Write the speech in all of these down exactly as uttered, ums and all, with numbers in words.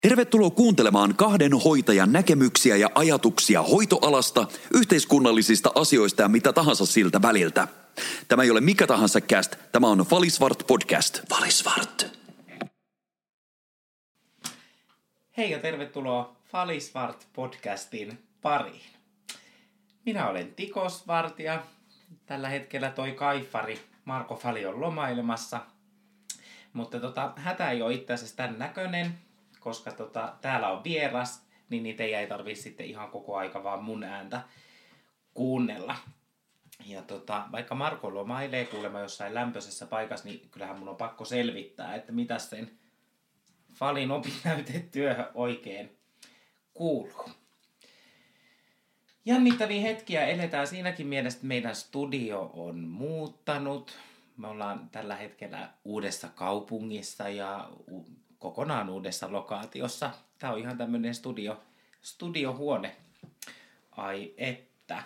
Tervetuloa kuuntelemaan kahden hoitajan näkemyksiä ja ajatuksia hoitoalasta, yhteiskunnallisista asioista ja mitä tahansa siltä väliltä. Tämä ei ole mikä tahansa cast, tämä on Valisvart podcast. Valisvart. Hei ja tervetuloa Valisvart podcastin pariin. Minä olen Tiko Svart ja tällä hetkellä toi kaifari Marko Fali on lomailemassa. Mutta tota, hätä ei ole itse asiassa tämän näköinen, koska tota, täällä on vieras, niin niitä ei tarvitse sitten ihan koko aika vaan mun ääntä kuunnella. Ja tota, vaikka Marko lomailee kuulemma jossain lämpöisessä paikassa, niin kyllähän mun on pakko selvittää, että mitä sen Falin opinnäytetyöhön oikein kuuluu. Jännittäviä hetkiä eletään siinäkin mielessä, että meidän studio on muuttanut. Me ollaan tällä hetkellä uudessa kaupungissa ja u- kokonaan uudessa lokaatiossa. Tää on ihan tämmönen studio, studiohuone. Ai että.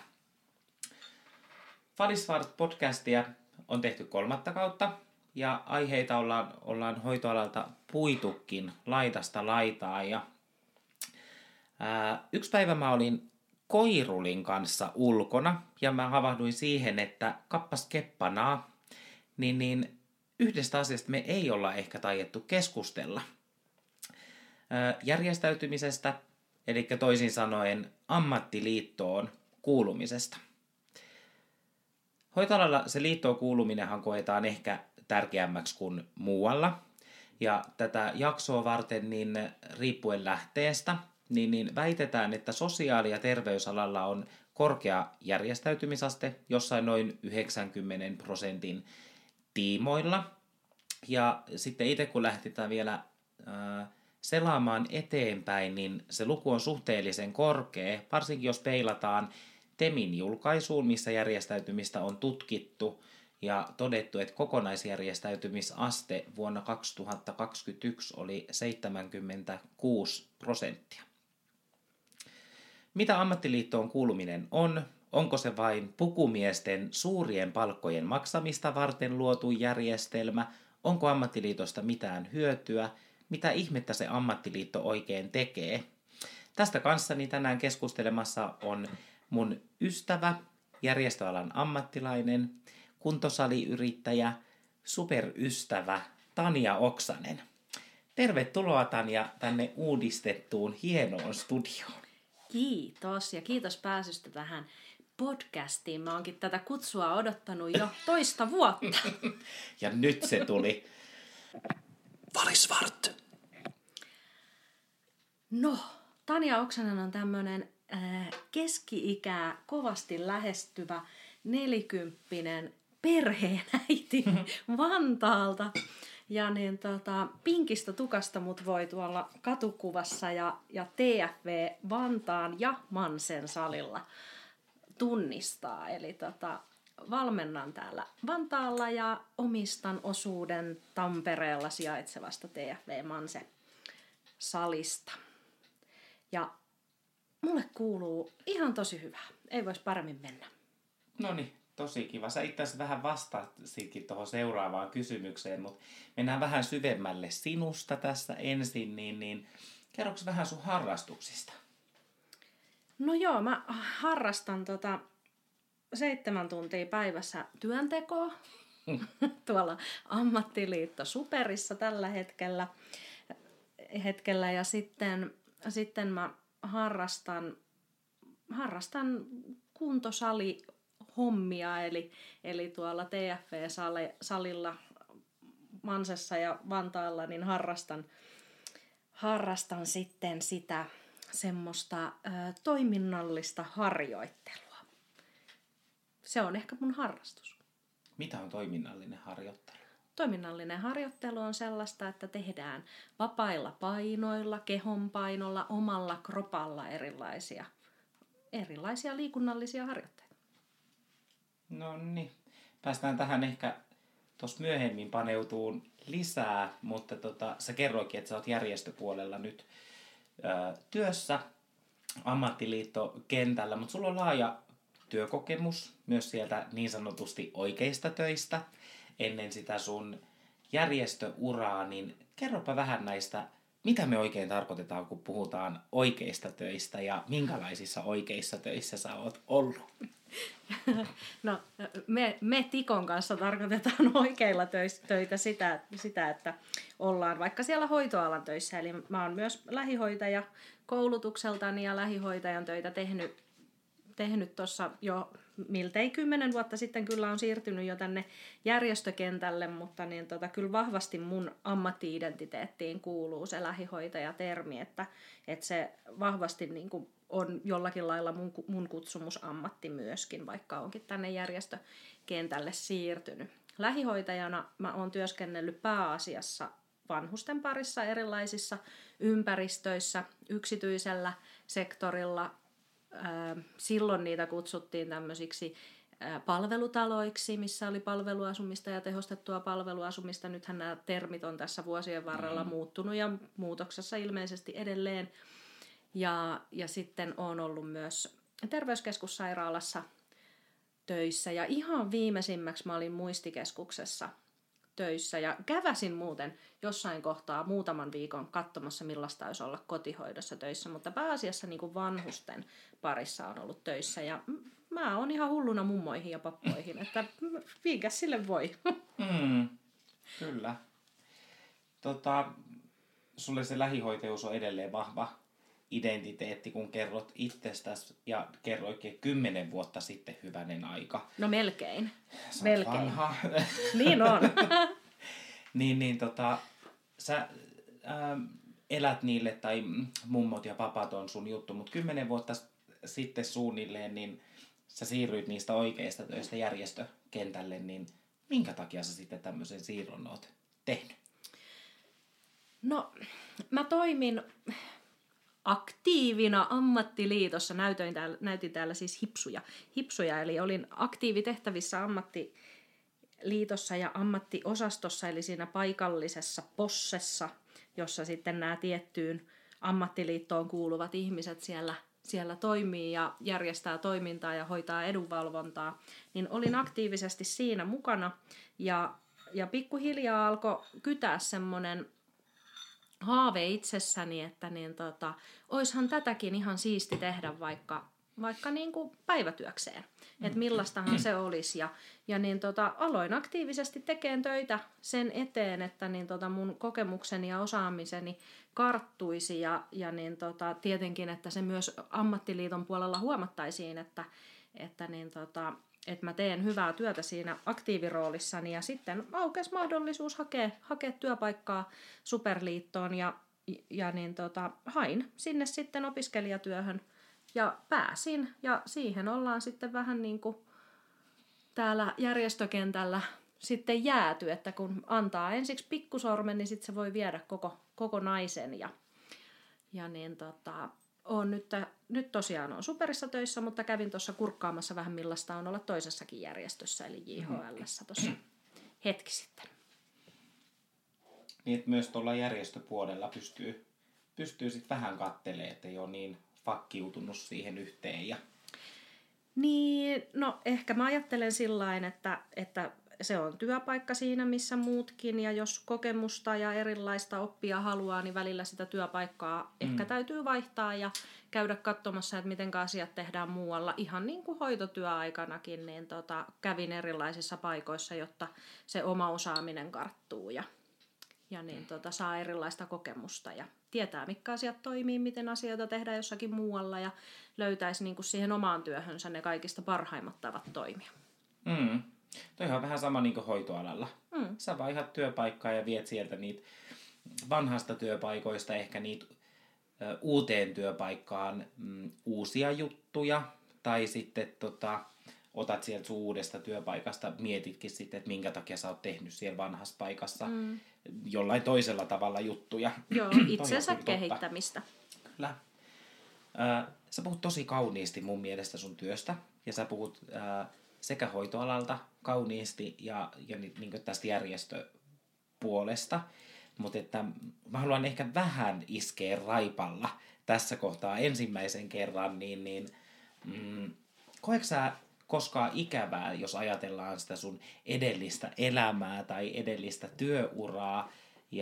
Valisvart podcastia on tehty kolmatta kautta ja aiheita ollaan, ollaan hoitoalalta puitukin laidasta laitaan. Ja, ää, yksi päivä mä olin koirulin kanssa ulkona ja mä havahduin siihen, että kappas keppanaa, niin, niin yhdestä asiasta me ei olla ehkä taidettu keskustella. Ää, järjestäytymisestä, eli toisin sanoen ammattiliittoon kuulumisesta. Hoitoalalla se liittoon kuuluminenhan koetaan ehkä tärkeämmäksi kuin muualla. Ja tätä jaksoa varten niin riippuen lähteestä, niin, niin väitetään, että sosiaali- ja terveysalalla on korkea järjestäytymisaste, jossain noin yhdeksänkymmentä prosentin tiimoilla. Ja sitten itse kun lähdetään vielä ää, selaamaan eteenpäin, niin se luku on suhteellisen korkea, varsinkin jos peilataan TEMin julkaisuun, missä järjestäytymistä on tutkittu ja todettu, että kokonaisjärjestäytymisaste vuonna kaksituhattakaksikymmentäyksi oli seitsemänkymmentäkuusi prosenttia. Mitä ammattiliittoon kuuluminen on? Onko se vain pukumiesten suurien palkkojen maksamista varten luotu järjestelmä? Onko ammattiliitosta mitään hyötyä? Mitä ihmettä se ammattiliitto oikein tekee? Tästä kanssani tänään keskustelemassa on mun ystävä, järjestöalan ammattilainen, kuntosaliyrittäjä, superystävä Tanja Oksanen. Tervetuloa Tanja tänne uudistettuun hienoon studioon. Kiitos ja kiitos pääsystä tähän podcastiin. Mä oonkin tätä kutsua odottanut jo toista vuotta. Ja nyt se tuli. Valisvart. No, Tanja Oksanen on tämmönen äh, keski-ikää kovasti lähestyvä nelikymppinen perheenäiti Vantaalta. Ja niin tota, pinkistä tukasta mut voi tuolla katukuvassa ja, ja T F V Vantaan ja Mansen salilla tunnistaa. Eli tota, valmennan täällä Vantaalla ja omistan osuuden Tampereella sijaitsevasta T F V Manse salista. Ja mulle kuuluu ihan tosi hyvää. Ei vois paremmin mennä. No niin, tosi kiva. Sä itse asiassa vähän vastasitkin tuohon seuraavaan kysymykseen, mutta mennään vähän syvemmälle sinusta tässä ensin, niin, niin kerroks vähän sun harrastuksista? No joo, mä harrastan tota seitsemän tuntia päivässä työntekoa tuolla Ammattiliitto Superissa tällä hetkellä, hetkellä ja sitten, sitten mä harrastan, harrastan kuntosalihommia, eli, eli tuolla T F V-salilla Mansessa ja Vantaalla niin harrastan, harrastan sitten sitä semmoista ö, toiminnallista harjoittelua. Se on ehkä mun harrastus. Mitä on toiminnallinen harjoittelu? Toiminnallinen harjoittelu on sellaista, että tehdään vapailla painoilla, kehonpainolla, omalla kropalla erilaisia, erilaisia liikunnallisia harjoitteita. No niin, päästään tähän ehkä tuossa myöhemmin paneutuun lisää, mutta tota, sä kerroikin, että sä oot järjestöpuolella nyt ö, työssä ammattiliittokentällä, mutta sulla on laaja työkokemus myös sieltä niin sanotusti oikeista töistä ennen sitä sun järjestöuraa, niin kerropa vähän näistä mitä me oikein tarkoitetaan, kun puhutaan oikeista töistä ja minkälaisissa oikeissa töissä sä oot ollut? No, me, me Tikon kanssa tarkoitetaan oikeilla töitä sitä, sitä, että ollaan vaikka siellä hoitoalan töissä. Eli mä oon myös lähihoitaja koulutukseltani ja lähihoitajan töitä tehnyt tehnyt tuossa jo miltei kymmenen vuotta sitten, kyllä on siirtynyt jo tänne järjestökentälle, mutta niin tota, kyllä vahvasti mun ammatti-identiteettiin kuuluu se lähihoitajatermi, että, että se vahvasti niin kuin on jollakin lailla mun, mun kutsumusammatti myöskin, vaikka onkin tänne järjestökentälle siirtynyt. Lähihoitajana mä oon työskennellyt pääasiassa vanhusten parissa erilaisissa ympäristöissä, yksityisellä sektorilla. Silloin niitä kutsuttiin tämmöisiksi palvelutaloiksi, missä oli palveluasumista ja tehostettua palveluasumista. Nythän nämä termit on tässä vuosien varrella mm. muuttunut ja muutoksessa ilmeisesti edelleen. Ja, ja sitten olen ollut myös terveyskeskussairaalassa töissä ja ihan viimeisimmäksi mä olin muistikeskuksessa töissä ja käväsin muuten jossain kohtaa muutaman viikon katsomassa, millaista olisi olla kotihoidossa töissä, mutta pääasiassa niin kuin vanhusten parissa on ollut töissä ja mä oon ihan hulluna mummoihin ja pappoihin, että viikäs sille voi. Mm, kyllä. Tota, sulle se lähihoitajuus on edelleen vahva identiteetti, kun kerrot itsestäsi ja kerroikin kymmenen vuotta sitten hyvänen aika. No melkein. Sä melkein. Vanha. Niin on. niin, niin tota, sä ähm, elät niille, tai mummot ja papat on sun juttu, mutta kymmenen vuotta sitten suunnilleen, niin sä siirryit niistä oikeista töistä järjestökentälle, niin minkä takia sä sitten tämmöisen siirron oot tehnyt? No, mä toimin aktiivina ammattiliitossa, näytin täällä, näytin täällä siis hipsuja, hipsuja, eli olin aktiivitehtävissä ammattiliitossa ja ammattiosastossa, eli siinä paikallisessa possessa, jossa sitten nämä tiettyyn ammattiliittoon kuuluvat ihmiset siellä, siellä toimii ja järjestää toimintaa ja hoitaa edunvalvontaa, niin olin aktiivisesti siinä mukana ja, ja pikkuhiljaa alkoi kytää semmoinen haave itsessäni, että niin tota, oishan tätäkin ihan siisti tehdä vaikka, vaikka niin kuin päivätyökseen, mm. että millaistahan se olisi. Ja, ja niin tota, aloin aktiivisesti tekemään töitä sen eteen, että niin tota mun kokemukseni ja osaamiseni karttuisi ja, ja niin tota, tietenkin, että se myös ammattiliiton puolella huomattaisiin, että, että niin tota, että mä teen hyvää työtä siinä aktiiviroolissani ja sitten aukesi mahdollisuus hakea, hakea työpaikkaa Superliittoon ja, ja niin tota, hain sinne sitten opiskelijatyöhön ja pääsin ja siihen ollaan sitten vähän niin kuin täällä järjestökentällä sitten jääty, että kun antaa ensiksi pikkusormen, niin sitten se voi viedä koko, koko naisen ja, ja niin tota... Olen nyt, nyt tosiaan on Superissa töissä, mutta kävin tuossa kurkkaamassa vähän millaista on olla toisessakin järjestössä, eli J H L:ssä tuossa hetki sitten. Niin, että myös tuolla järjestöpuolella pystyy, pystyy sitten vähän katselemaan, että ei ole niin fakkiutunut siihen yhteen. Ja... Niin, no ehkä mä ajattelen sillain, että, että se on työpaikka siinä, missä muutkin, ja jos kokemusta ja erilaista oppia haluaa, niin välillä sitä työpaikkaa mm. ehkä täytyy vaihtaa ja käydä katsomassa, että miten asiat tehdään muualla. Ihan niin kuin hoitotyöaikanakin, niin tota, kävin erilaisissa paikoissa, jotta se oma osaaminen karttuu ja, ja niin tota, saa erilaista kokemusta ja tietää, mitkä asiat toimii, miten asioita tehdään jossakin muualla ja löytäisi niin kuin siihen omaan työhönsä ne kaikista parhaimmat tavat toimia. Mm. Toi on vähän sama niin kuin hoitoalalla. Mm. Sä vaihdat työpaikkaa ja viet sieltä niitä vanhasta työpaikoista ehkä niitä ö, uuteen työpaikkaan mm, uusia juttuja. Tai sitten tota, otat sieltä sun uudesta työpaikasta, mietitkin sitten, että minkä takia sä oot tehnyt siellä vanhassa paikassa mm. jollain toisella tavalla juttuja. Joo, itsensä kehittämistä. Kyllä. Ö, sä puhut tosi kauniisti mun mielestä sun työstä. Ja sä puhut... Ö, sekä hoitoalalta kauniisti ja, ja niin kuin tästä järjestöpuolesta. Mutta että mä haluan ehkä vähän iskeä raipalla tässä kohtaa ensimmäisen kerran, niin, niin mm, koetko sä koskaan ikävää, jos ajatellaan sitä sun edellistä elämää tai edellistä työuraa ja,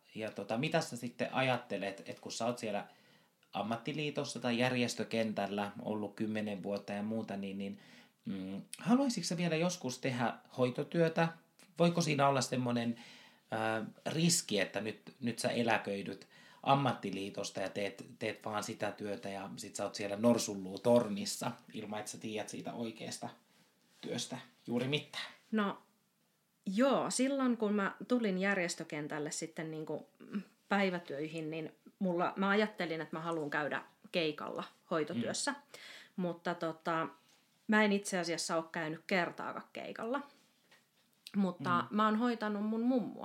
ja tota, mitä sä sitten ajattelet, että kun sä oot siellä ammattiliitossa tai järjestökentällä ollut kymmenen vuotta ja muuta, niin, niin mm, haluaisitko sä vielä joskus tehdä hoitotyötä? Voiko siinä olla semmoinen ää, riski, että nyt, nyt sä eläköidyt ammattiliitosta ja teet, teet vaan sitä työtä ja sit sä oot siellä norsulluu tornissa ilman, että sä tiedät siitä oikeasta työstä juuri mitään? No joo, silloin kun mä tulin järjestökentälle sitten niin kuin päivätöihin, niin mulla, mä ajattelin, että mä haluan käydä keikalla hoitotyössä, mm. mutta tota, mä en itse asiassa ole käynyt kertaakaan keikalla, mutta mm. mä oon hoitanut mun mummua.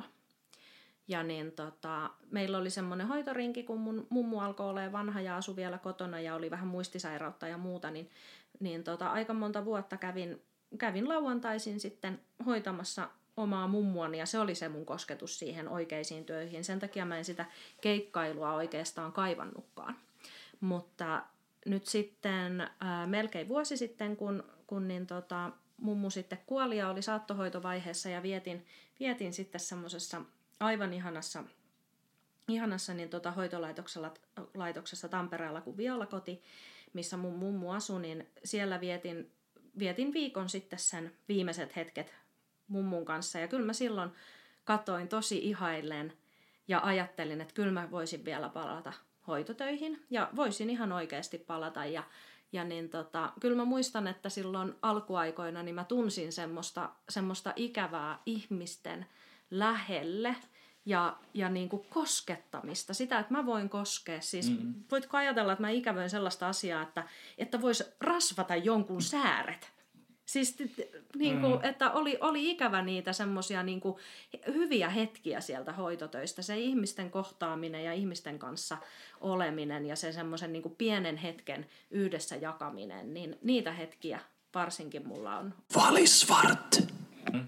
Ja niin tota, meillä oli semmoinen hoitorinki, kun mun mummu alkoi olemaan vanha ja asui vielä kotona ja oli vähän muistisairautta ja muuta, niin, niin tota, aika monta vuotta kävin, kävin lauantaisin sitten hoitamassa omaa mummuani ja se oli se mun kosketus siihen oikeisiin töihin. Sen takia mä en sitä keikkailua oikeastaan kaivannutkaan. Mutta nyt sitten ää, melkein vuosi sitten, kun, kun niin tota, mummu sitten kuoli ja oli saattohoitovaiheessa ja vietin, vietin sitten semmoisessa aivan ihanassa, ihanassa niin tota, hoitolaitoksessa Tampereella kuin Viola-koti, missä mun mummu asui, niin siellä vietin, vietin viikon sitten sen viimeiset hetket mummun kanssa. Ja kyllä mä silloin katoin tosi ihailleen ja ajattelin, että kyllä mä voisin vielä palata hoitotöihin. Ja voisin ihan oikeasti palata. Ja, ja niin tota, kyllä mä muistan, että silloin alkuaikoina niin mä tunsin semmoista, semmoista ikävää ihmisten lähelle ja, ja niin kuin koskettamista. Sitä, että mä voin koskea. Siis mm-hmm. voitko ajatella, että mä ikävöin sellaista asiaa, että, että vois rasvata jonkun sääret. Siis niin kuin, mm. että oli, oli ikävä niitä semmoisia niin kuin hyviä hetkiä sieltä hoitotöistä. Se ihmisten kohtaaminen ja ihmisten kanssa oleminen ja se semmoisen niin kuin pienen hetken yhdessä jakaminen, niin niitä hetkiä varsinkin mulla on. Valisvart! Mm.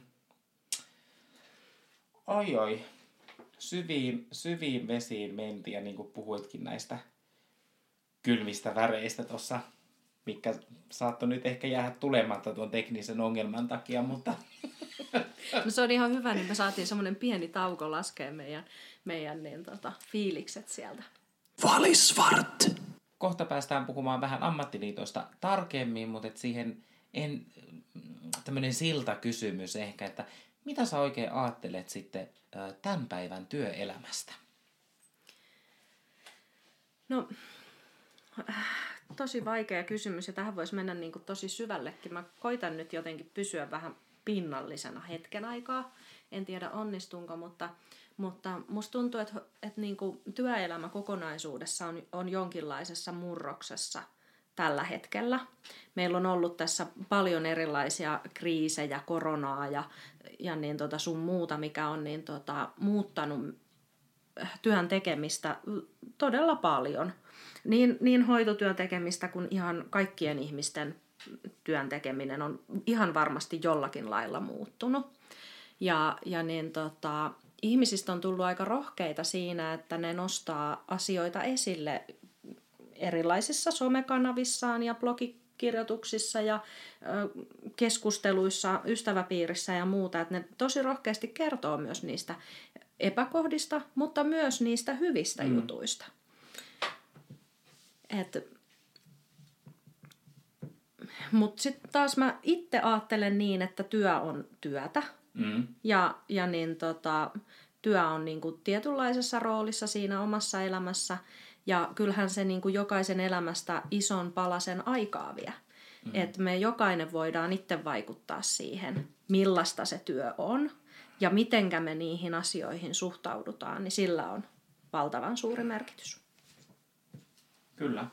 Oi oi. Syviin, syviin vesiin mentiin ja niin kuin puhuitkin näistä kylmistä väreistä tuossa, mikä saattoi nyt ehkä jäädä tulematta tuon teknisen ongelman takia, mutta... No se on ihan hyvä, niin me saatiin semmoinen pieni tauko laskea meidän, meidän niin, tota, fiilikset sieltä. Valisvart! Kohta päästään puhumaan vähän ammattiliitoista tarkemmin, mutta et siihen en, tämmöinen siltakysymys ehkä, että mitä sä oikein ajattelet sitten tämän päivän työelämästä? No... Tosi vaikea kysymys ja tähän voisi mennä niin kuin tosi syvällekin. Mä koitan nyt jotenkin pysyä vähän pinnallisena hetken aikaa. En tiedä onnistunko, mutta, mutta musta tuntuu, että, että niin kuin työelämä kokonaisuudessa on, on jonkinlaisessa murroksessa tällä hetkellä. Meillä on ollut tässä paljon erilaisia kriisejä, koronaa ja, ja niin tota sun muuta, mikä on niin tota muuttanut työn tekemistä todella paljon. Niin, niin hoitotyön tekemistä kuin ihan kaikkien ihmisten työn tekeminen on ihan varmasti jollakin lailla muuttunut. Ja, ja niin tota, ihmisistä on tullut aika rohkeita siinä, että ne nostaa asioita esille erilaisissa somekanavissaan ja blogikirjoituksissa ja ö, keskusteluissa ystäväpiirissä ja muuta. Että ne tosi rohkeasti kertoo myös niistä epäkohdista, mutta myös niistä hyvistä mm. jutuista. Mutta sitten taas mä itse ajattelen niin, että työ on työtä. Mm. Ja, ja niin tota, työ on niinku tietynlaisessa roolissa siinä omassa elämässä. Ja kyllähän se niinku jokaisen elämästä ison palasen aikaa vie. Mm. Että me jokainen voidaan itse vaikuttaa siihen, millaista se työ on. Ja mitenkä me niihin asioihin suhtaudutaan, niin sillä on valtavan suuri merkitys. Kyllä.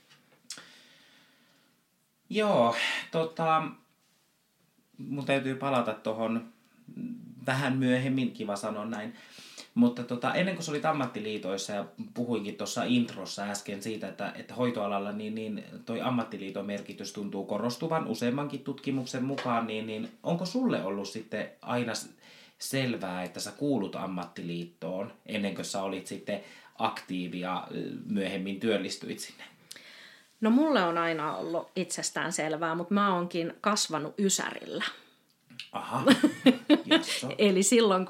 Joo, tota, mun täytyy palata tuohon vähän myöhemmin, kiva sanoa näin. Mutta tota, ennen kuin sä olit ammattiliitoissa ja puhuinkin tuossa introssa äsken siitä, että, että hoitoalalla niin, niin toi ammattiliiton merkitys tuntuu korostuvan useammankin tutkimuksen mukaan, niin, niin onko sulle ollut sitten aina selvää, että sä kuulut ammattiliittoon ennen kuin sä olit sitten aktiivi ja myöhemmin työllistyit sinne? No mulle on aina ollut itsestään selvää, mutta mä oonkin kasvanut Ysärillä. Aha, Eli silloin kun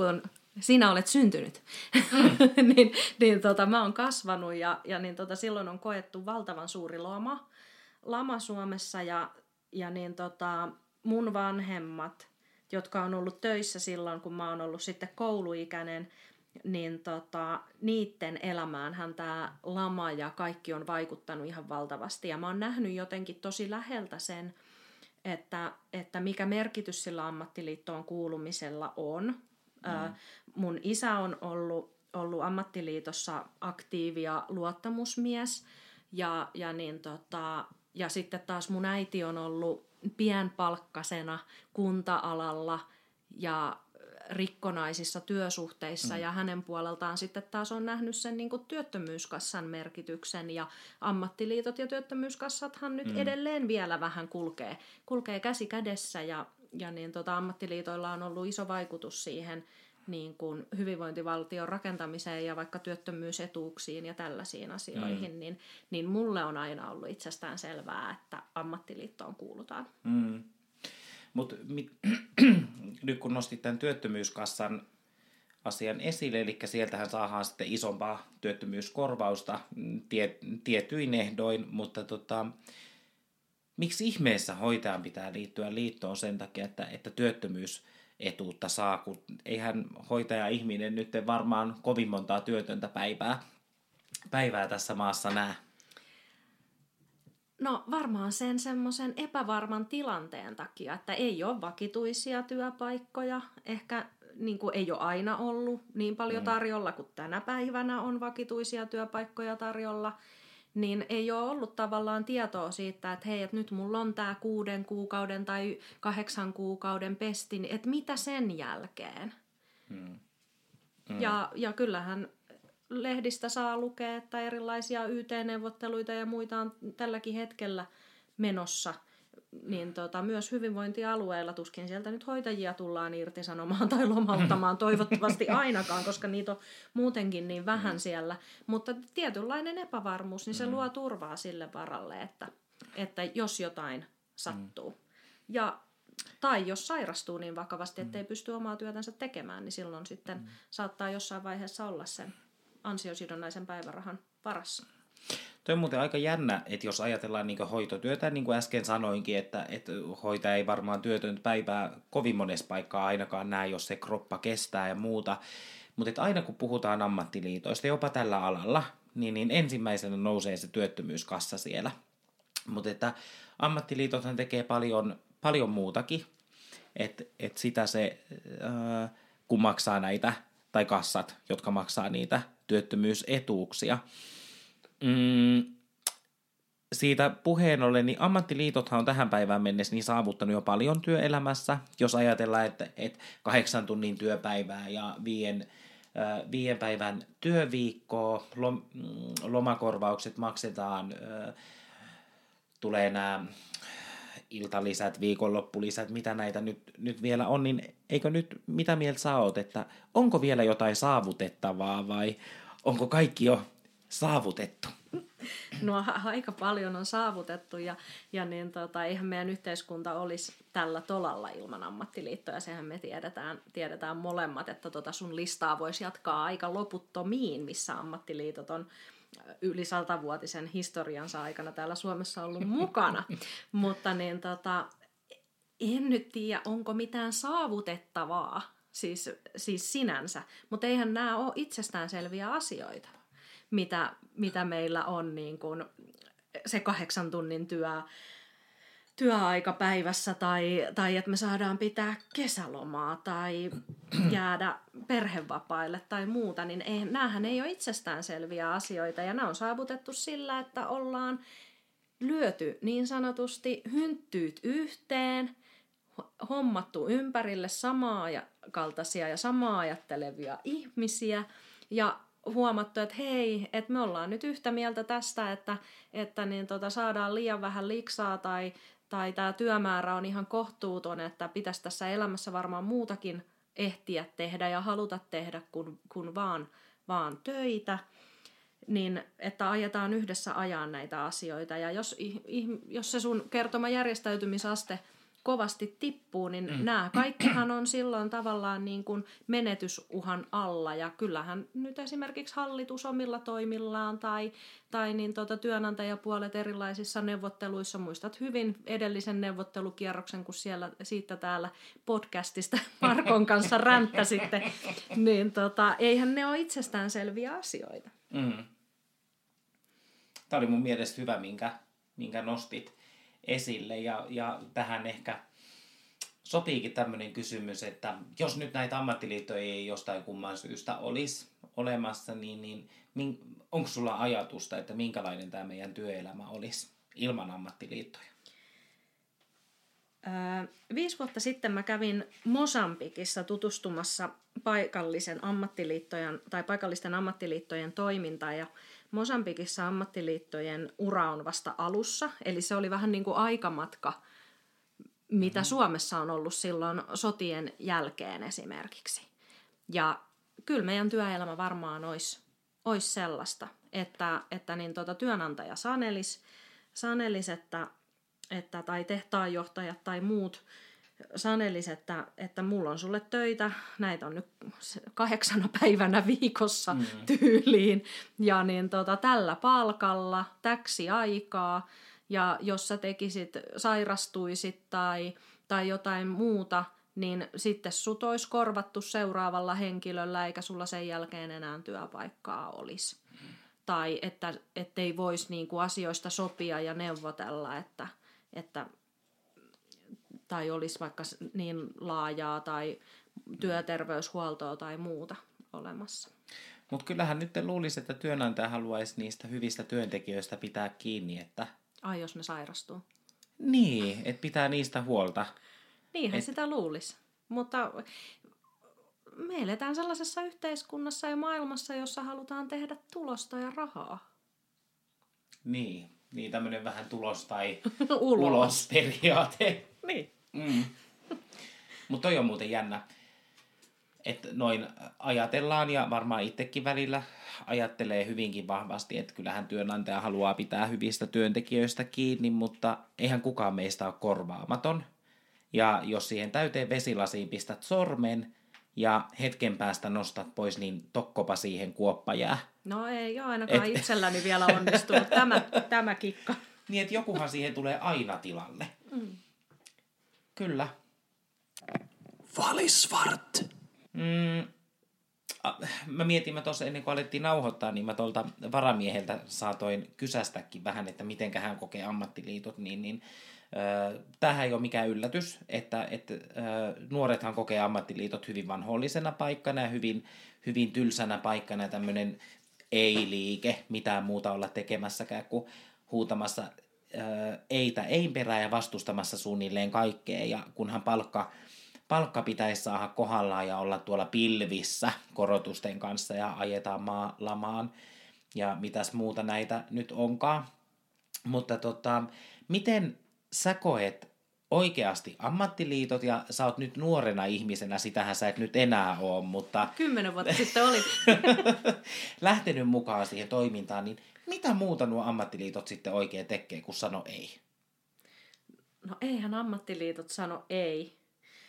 sinä olet syntynyt. Mm. niin niin tota, mä oon kasvanut ja, ja niin tota, silloin on koettu valtavan suuri lama, lama Suomessa ja, ja niin tota, mun vanhemmat, jotka on ollut töissä silloin, kun mä oon ollut sitten kouluikäinen, niin tota, niiden elämäänhän tämä lama ja kaikki on vaikuttanut ihan valtavasti. Ja mä oon nähnyt jotenkin tosi läheltä sen, että, että mikä merkitys sillä ammattiliittoon kuulumisella on. Mm. Äh, mun isä on ollut, ollut ammattiliitossa aktiivi ja luottamusmies. Ja, ja, niin tota, ja sitten taas mun äiti on ollut pienpalkkasena kunta-alalla ja rikkonaisissa työsuhteissa mm. ja hänen puoleltaan sitten taas on nähnyt sen niin kuin työttömyyskassan merkityksen ja ammattiliitot ja työttömyyskassathan nyt mm. edelleen vielä vähän kulkee, kulkee käsi kädessä ja, ja niin tota, ammattiliitoilla on ollut iso vaikutus siihen niin kuin hyvinvointivaltion rakentamiseen ja vaikka työttömyysetuuksiin ja tällaisiin asioihin, mm. niin, niin mulle on aina ollut itsestään selvää, että ammattiliittoon kuulutaan. Mm. Mutta nyt kun nostit tämän työttömyyskassan asian esille, eli sieltähän saadaan sitten isompaa työttömyyskorvausta tie, tietyin ehdoin, mutta tota, miksi ihmeessä hoitajan pitää liittyä liittoon sen takia, että, että työttömyysetuutta saa, kun eihän hoitaja-ihminen nyt varmaan kovin montaa työtöntä päivää, päivää tässä maassa näe? No varmaan sen semmoisen epävarman tilanteen takia, että ei ole vakituisia työpaikkoja, ehkä niin kuin ei ole aina ollut niin paljon tarjolla kuin tänä päivänä on vakituisia työpaikkoja tarjolla, niin ei ole ollut tavallaan tietoa siitä, että hei, että nyt mulla on tämä kuuden kuukauden tai kahdeksan kuukauden pesti, että mitä sen jälkeen. Hmm. Hmm. Ja, ja kyllähän lehdistä saa lukea, että erilaisia Y T-neuvotteluita ja muita on tälläkin hetkellä menossa, niin tota, myös hyvinvointialueilla tuskin sieltä nyt hoitajia tullaan irtisanomaan tai lomauttamaan, toivottavasti ainakaan, koska niitä on muutenkin niin vähän siellä. Mutta tietynlainen epävarmuus, niin se luo turvaa sille varalle, että, että jos jotain sattuu. Ja, tai jos sairastuu niin vakavasti, ettei pysty omaa työtänsä tekemään, niin silloin sitten saattaa jossain vaiheessa olla sen ansiosidonnaisen päivärahan varassa. Tuo on muuten aika jännä, että jos ajatellaan niin kuin hoitotyötä, niin kuin äsken sanoinkin, että, että hoitaja ei varmaan työtöntä päivää kovin monessa paikkaa ainakaan näe, jos se kroppa kestää ja muuta. Mutta aina kun puhutaan ammattiliitoista, jopa tällä alalla, niin, niin ensimmäisenä nousee se työttömyyskassa siellä. Mutta että ammattiliitothan tekee paljon, paljon muutakin, että et sitä se, äh, kun maksaa näitä, tai kassat, jotka maksaa niitä työttömyysetuuksia. Mm, siitä puheen ollen, niin ammattiliitothan on tähän päivään mennessä niin saavuttanut jo paljon työelämässä. Jos ajatellaan, että, että kahdeksan tunnin työpäivää ja viien, äh, viien päivän työviikkoa, lom, lomakorvaukset maksetaan, äh, tulee nämä iltalisät, viikonloppulisät, mitä näitä nyt, nyt vielä on, niin eikö nyt, mitä mieltä sä oot, että onko vielä jotain saavutettavaa vai onko kaikki jo saavutettu? No aika paljon on saavutettu ja, ja niin tota, eihän meidän yhteiskunta olisi tällä tolalla ilman ammattiliittoja. Sehän me tiedetään, tiedetään molemmat, että tota sun listaa voisi jatkaa aika loputtomiin, missä ammattiliitot on yli satavuotisen historiansa aikana täällä Suomessa ollut mukana. Mutta niin tota, en nyt tiedä, onko mitään saavutettavaa siis, siis sinänsä, mutta eihän nämä ole itsestäänselviä asioita. Mitä, mitä meillä on niin kuin se kahdeksan tunnin työ, työaika päivässä tai, tai että me saadaan pitää kesälomaa tai jäädä perhevapaille tai muuta, niin ei, näähän ei ole itsestäänselviä asioita ja nämä on saavutettu sillä, että ollaan lyöty niin sanotusti hynttyyt yhteen, hommattu ympärille samaa kaltaisia ja samaa ajattelevia ihmisiä ja huomattu, että hei, että me ollaan nyt yhtä mieltä tästä, että, että niin tota, saadaan liian vähän liksaa tai, tai tämä työmäärä on ihan kohtuuton, että pitäisi tässä elämässä varmaan muutakin ehtiä tehdä ja haluta tehdä kuin, kuin vaan, vaan töitä, niin että ajetaan yhdessä ajaa näitä asioita. Ja jos, jos se sun kertoma järjestäytymisaste kovasti tippuu, niin mm. nämä kaikkihan on silloin tavallaan niin kuin menetysuhan alla. Ja kyllähän nyt esimerkiksi hallitus omilla toimillaan tai, tai niin tota työnantajapuolet erilaisissa neuvotteluissa, muistat hyvin edellisen neuvottelukierroksen, kun siellä siitä täällä podcastista Markon kanssa ränttäsitte, niin tota, eihän ne ole itsestäänselviä asioita. Mm. Tämä oli mun mielestä hyvä, minkä, minkä nostit esille, ja, ja tähän ehkä sopiikin tämmöinen kysymys, että jos nyt näitä ammattiliittoja ei jostain kumman syystä olisi olemassa, niin, niin min, onko sulla ajatusta, että minkälainen tämä meidän työelämä olisi ilman ammattiliittoja? Öö, viisi vuotta sitten mä kävin Mosambikissa tutustumassa paikallisen ammattiliittojen tai paikallisten ammattiliittojen toimintaan, ja Mosambikissa ammattiliittojen ura on vasta alussa, eli se oli vähän niin kuin aikamatka, mitä mm-hmm. Suomessa on ollut silloin sotien jälkeen esimerkiksi. Ja kyllä meidän työelämä varmaan olisi, olisi sellaista, että, että niin tota työnantaja sanelisi, sanelis, että, että, tai tehtaanjohtajat tai muut sanelis, että, että mulla on sulle töitä, näitä on nyt kahdeksana päivänä viikossa mm. tyyliin, ja niin tota, tällä palkalla, täksi aikaa, ja jos sä tekisit, sairastuisit tai, tai jotain muuta, niin sitten sut olisi korvattu seuraavalla henkilöllä, eikä sulla sen jälkeen enää työpaikkaa olisi. Mm. Tai että ettei voisi niinku asioista sopia ja neuvotella, että, että tai olisi vaikka niin laajaa tai työterveyshuoltoa tai muuta olemassa. Mutta kyllähän nyt luulisi, että työnantaja haluaisi niistä hyvistä työntekijöistä pitää kiinni, että... Ai, jos ne sairastuu. Niin, että pitää niistä huolta. Niinhän Et... sitä luulisi. Mutta me eletään sellaisessa yhteiskunnassa ja maailmassa, jossa halutaan tehdä tulosta ja rahaa. Niin, niin tämmöinen vähän tulos tai ulos. ulosperiaate. Niin. Mm. Mutta toi on muuten jännä, että noin ajatellaan, ja varmaan itsekin välillä ajattelee hyvinkin vahvasti, että kyllähän työnantaja haluaa pitää hyvistä työntekijöistä kiinni, mutta eihän kukaan meistä ole korvaamaton. Ja jos siihen täyteen vesilasiin pistät sormen ja hetken päästä nostat pois, niin tokkopa siihen kuoppa jää. No ei ole ainakaan Et... itselläni vielä onnistunut tämä, tämä kikka. Niin, että jokuhan siihen tulee aina tilalle. Mm. Kyllä. Valisvart. Mm, mä mietin, mä tuossa ennen kuin alettiin nauhoittaa, niin mä tuolta varamieheltä saatoin kysästäkin vähän, että miten hän kokee ammattiliitot, niin, niin äh, tämähän ei ole mikään yllätys, että, että äh, nuorethan kokee ammattiliitot hyvin vanhollisena paikkana ja hyvin, hyvin tylsänä paikkana, tämmöinen ei-liike, mitään muuta olla tekemässäkään kuin huutamassa äh, eitä ein perään ja vastustamassa suunnilleen kaikkea, ja kunhan palkka Palkka pitäisi saada kohdallaan ja olla tuolla pilvissä korotusten kanssa ja ajetaan maa lamaan ja mitäs muuta näitä nyt onkaan. Mutta tota, miten sä koet oikeasti ammattiliitot, ja sä oot nyt nuorena ihmisenä, sitähän sä et nyt enää ole, mutta... Kymmenen vuotta sitten oli. lähtenyt mukaan siihen toimintaan, niin mitä muuta nuo ammattiliitot sitten oikein tekee, kun sano ei? No eihän ammattiliitot sano ei.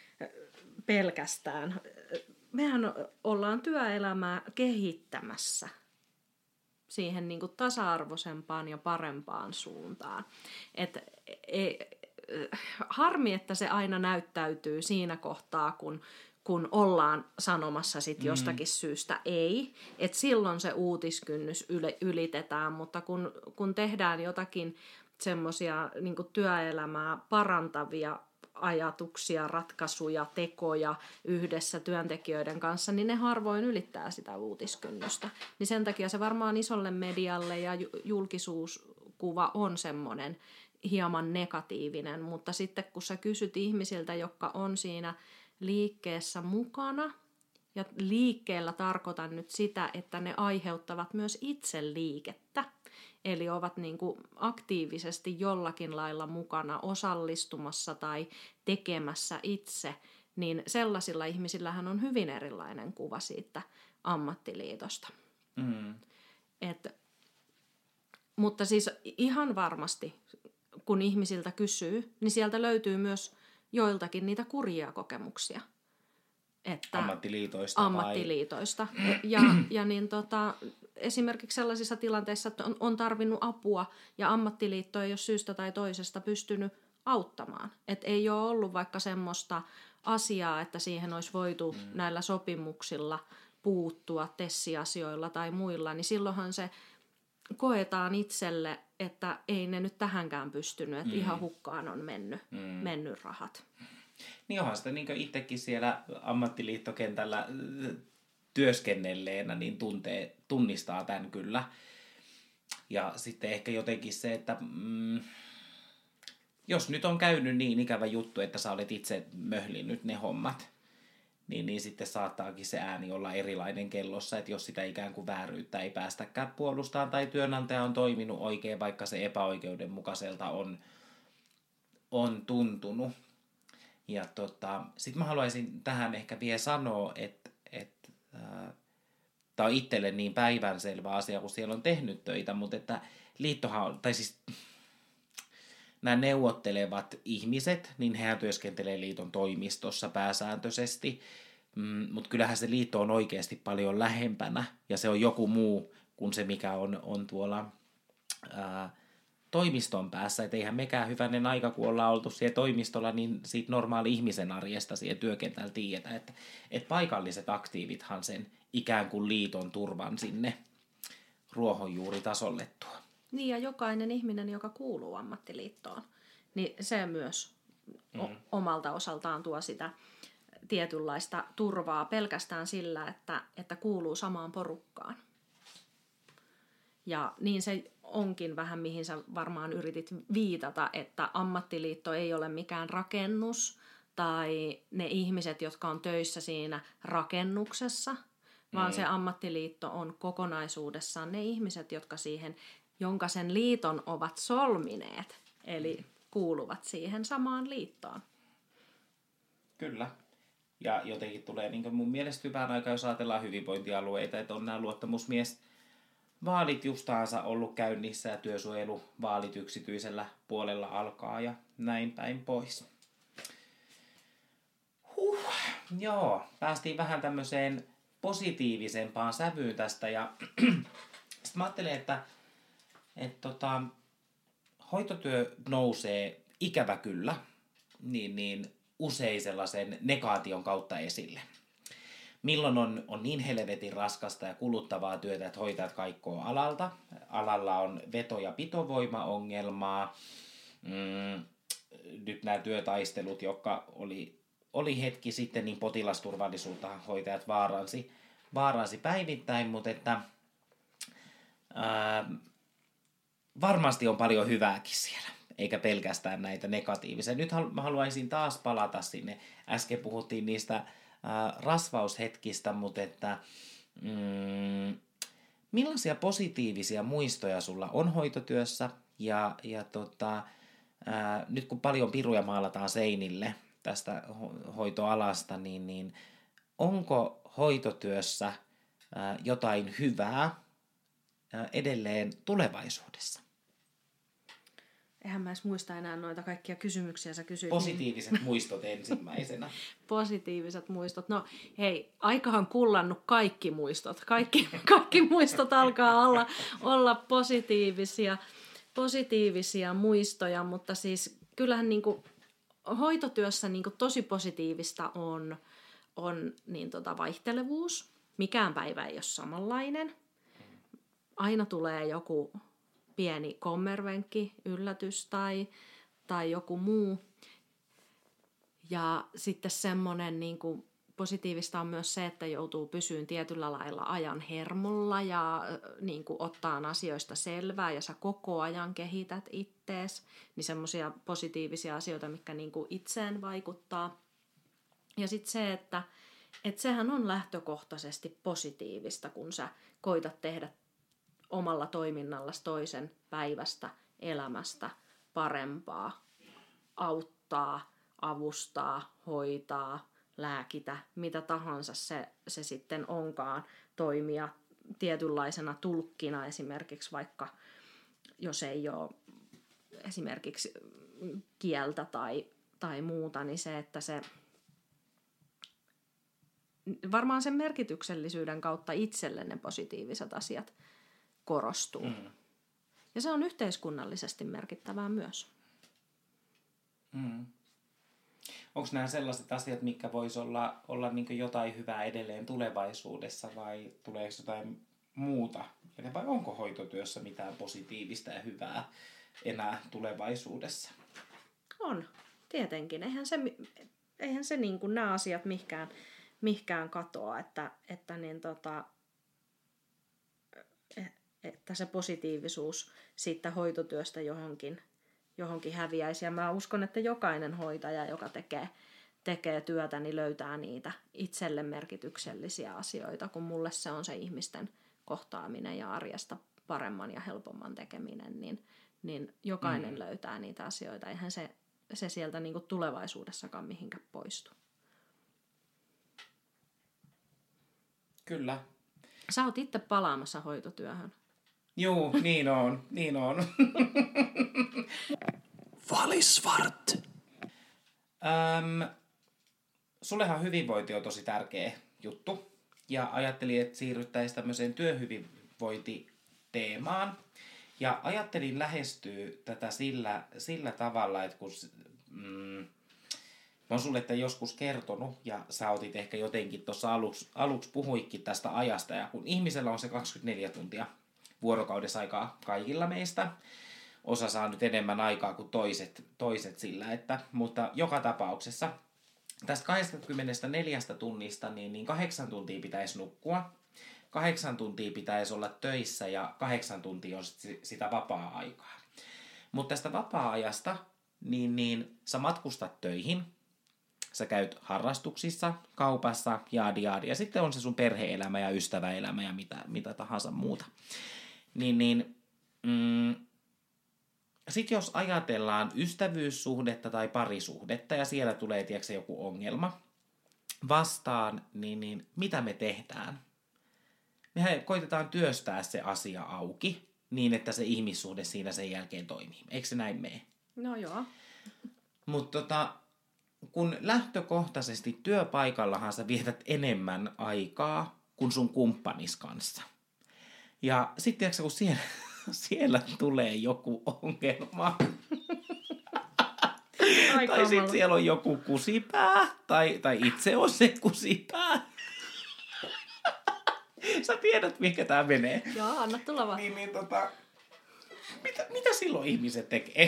Pelkästään. Mehän ollaan työelämää kehittämässä siihen niin kuin tasa-arvoisempaan ja parempaan suuntaan. Et, e, harmi, että se aina näyttäytyy siinä kohtaa, kun, kun ollaan sanomassa sit mm. jostakin syystä ei. Et silloin se uutiskynnys ylitetään, mutta kun, kun tehdään jotakin semmoisia niin kuin työelämää parantavia ajatuksia, ratkaisuja, tekoja yhdessä työntekijöiden kanssa, niin ne harvoin ylittää sitä uutiskynnystä. Niin sen takia se varmaan isolle medialle ja julkisuuskuva on semmoinen hieman negatiivinen, mutta sitten kun sä kysyt ihmisiltä, jotka on siinä liikkeessä mukana, ja liikkeellä tarkoitan nyt sitä, että ne aiheuttavat myös itse liikettä, eli ovat niin kuin aktiivisesti jollakin lailla mukana osallistumassa tai tekemässä itse, niin sellaisilla ihmisillähän on hyvin erilainen kuva siitä ammattiliitosta. Mm. Et, mutta siis ihan varmasti, kun ihmisiltä kysyy, niin sieltä löytyy myös joiltakin niitä kurjia kokemuksia. Että ammattiliitoista. Ammattiliitoista. Vai? Ja, ja niin tota, esimerkiksi sellaisissa tilanteissa, että on, on tarvinnut apua ja ammattiliitto ei ole syystä tai toisesta pystynyt auttamaan. Että ei ole ollut vaikka semmoista asiaa, että siihen olisi voitu mm. näillä sopimuksilla puuttua tessiasioilla tai muilla, niin silloinhan se koetaan itselle, että ei ne nyt tähänkään pystynyt, että mm. ihan hukkaan on mennyt, mm. mennyt rahat. Niin onhan sitä niin itsekin siellä ammattiliittokentällä työskennelleenä niin tuntee, tunnistaa tämän kyllä. Ja sitten ehkä jotenkin se, että mm, jos nyt on käynyt niin ikävä juttu, että sä olet itse möhlinnyt ne hommat, niin, niin sitten saattaakin se ääni olla erilainen kellossa, että jos sitä ikään kuin vääryyttä ei päästäkään puolustamaan tai työnantaja on toiminut oikein, vaikka se epäoikeudenmukaiselta on, on tuntunut. Ja tota, sitten mä haluaisin tähän ehkä vielä sanoa, että, että äh, tämä on itselle niin päivänselvä asia, kun siellä on tehnyt töitä, mutta että liittohan on, tai siis nämä neuvottelevat ihmiset, niin hehän työskentelee liiton toimistossa pääsääntöisesti, mm, mutta kyllähän se liitto on oikeasti paljon lähempänä, ja se on joku muu kuin se, mikä on, on tuolla ää, toimiston päässä, että eihän mekään hyvänen aika, kun ollaan oltu siellä toimistolla, niin siitä normaali ihmisen arjesta siellä työkentällä tiedetä, että, että paikalliset aktiivithan sen ikään kuin liiton turvan sinne ruohonjuuritasolle tuo. Niin, ja jokainen ihminen, joka kuuluu ammattiliittoon, niin se myös mm. omalta osaltaan tuo sitä tietynlaista turvaa pelkästään sillä, että, että kuuluu samaan porukkaan. Ja niin se onkin vähän, mihin sä varmaan yritit viitata, että ammattiliitto ei ole mikään rakennus tai ne ihmiset, jotka on töissä siinä rakennuksessa, vaan mm. se ammattiliitto on kokonaisuudessaan ne ihmiset, jotka siihen, jonka sen liiton ovat solmineet, eli kuuluvat siihen samaan liittoon. Kyllä. Ja jotenkin tulee niin mun mielestä hyvään aikaan, jos ajatellaan hyvinvointialueita, että on nämä luottamusmies vaalit justaansa ollut käynnissä ja työsuojeluvaalit yksityisellä puolella alkaa ja näin päin pois. Huh, joo, päästiin vähän tämmöiseen positiivisempaan sävyyn tästä ja sitten mä ajattelen, että et tota, hoitotyö nousee ikävä kyllä niin, niin usein sellaisen negaation kautta esille. Milloin on, on niin helvetin raskasta ja kuluttavaa työtä, että hoitajat kaikkoo alalta. Alalla on veto- ja pitovoimaongelmaa. Mm, nyt nämä työtaistelut, jotka oli, oli hetki sitten, niin potilasturvallisuutta hoitajat vaaransi, vaaransi päivittäin, mutta että, ää, varmasti on paljon hyvääkin siellä, eikä pelkästään näitä negatiivisia. Nyt mä haluaisin taas palata sinne. Äsken puhuttiin niistä Äh, rasvaushetkistä, mutta että mm, millaisia positiivisia muistoja sulla on hoitotyössä ja, ja tota, äh, nyt kun paljon piruja maalataan seinille tästä ho- hoitoalasta, niin, niin onko hoitotyössä äh, jotain hyvää äh, edelleen tulevaisuudessa? Eihän mä edes muista enää noita kaikkia kysymyksiä, sä kysyit. Positiiviset niin... muistot ensimmäisenä. Positiiviset muistot. No hei, aikahan kullannut kaikki muistot. Kaikki, kaikki muistot alkaa olla, olla positiivisia, positiivisia muistoja, mutta siis kyllähän niinku hoitotyössä niinku tosi positiivista on, on niin tota vaihtelevuus. Mikään päivä ei ole samanlainen. Aina tulee joku pieni kommervenkki, yllätys tai, tai joku muu. Ja sitten semmoinen niin kuin positiivista on myös se, että joutuu pysyyn tietyllä lailla ajan hermolla ja niin kuin ottaa asioista selvää ja sä koko ajan kehität ittees. Niin semmoisia positiivisia asioita, mitkä niin kuin itseen vaikuttaa. Ja sitten se, että, että sehän on lähtökohtaisesti positiivista, kun sä koitat tehdä omalla toiminnallasi toisen päivästä, elämästä parempaa, auttaa, avustaa, hoitaa, lääkitä, mitä tahansa se, se sitten onkaan, toimia tietynlaisena tulkkina esimerkiksi, vaikka jos ei ole esimerkiksi kieltä tai, tai muuta, niin se, että se varmaan sen merkityksellisyyden kautta itselle ne positiiviset asiat korostuu. Mm. Ja se on yhteiskunnallisesti merkittävää myös. Mm. Onko nämä sellaiset asiat, mitkä voisi olla, olla niin jotain hyvää edelleen tulevaisuudessa vai tuleeko jotain muuta? Vai onko hoitotyössä mitään positiivista ja hyvää enää tulevaisuudessa? On, tietenkin. Eihän se, eihän se niin kuin nämä asiat mihkään, mihkään katoa, että, että, niin tota, että se positiivisuus siitä hoitotyöstä johonkin, johonkin häviäisi. Ja mä uskon, että jokainen hoitaja, joka tekee, tekee työtä, niin löytää niitä itselle merkityksellisiä asioita, kun mulle se on se ihmisten kohtaaminen ja arjesta paremman ja helpomman tekeminen, niin, niin jokainen mm. löytää niitä asioita. Eihän se, se sieltä niin kuin tulevaisuudessakaan mihinkään poistu. Kyllä. Sä oot itse palaamassa hoitotyöhön. Juu, niin on, niin on. Valisvart. Öm, sullehan hyvinvointi on tosi tärkeä juttu. Ja ajattelin, että siirryttäisiin tämmöiseen työhyvinvointiteemaan. Ja ajattelin lähestyä tätä sillä, sillä tavalla, että kun mm, mä oon sulle että joskus kertonut, ja sä otit ehkä jotenkin tuossa aluksi, aluksi puhuikin tästä ajasta, ja kun ihmisellä on se kaksikymmentäneljä tuntia vuorokaudessa aikaa kaikilla meistä, osa saa nyt enemmän aikaa kuin toiset, toiset sillä, että, mutta joka tapauksessa tästä kaksikymmentäneljä tunnista niin, niin kahdeksan tuntia pitäisi nukkua, kahdeksan tuntia pitäisi olla töissä ja kahdeksan tuntia on sitä vapaa-aikaa. Mutta tästä vapaa-ajasta niin, niin sä matkustat töihin, sä käyt harrastuksissa, kaupassa, jaadi jaadi, ja sitten on se sun perhe-elämä ja ystäväelämä ja mitä, mitä tahansa muuta. Niin, niin mm, sitten jos ajatellaan ystävyyssuhdetta tai parisuhdetta ja siellä tulee tiedätkö, joku ongelma vastaan, niin, niin mitä me tehdään? Mehän koitetaan työstää se asia auki niin, että se ihmissuhde siinä sen jälkeen toimii. Eikö se näin mene? No joo. Mutta tota, kun lähtökohtaisesti työpaikallahan sä vietät enemmän aikaa kuin sun kumppanis kanssa. Ja sitten kun siellä, siellä tulee joku ongelma, tai sitten siellä on joku kusipää, tai, tai itse on se kusipää. Sä tiedät, mihinkä tää menee. Joo, anna tulla vaan. Niin, niin tota, mitä, mitä silloin ihmiset tekee?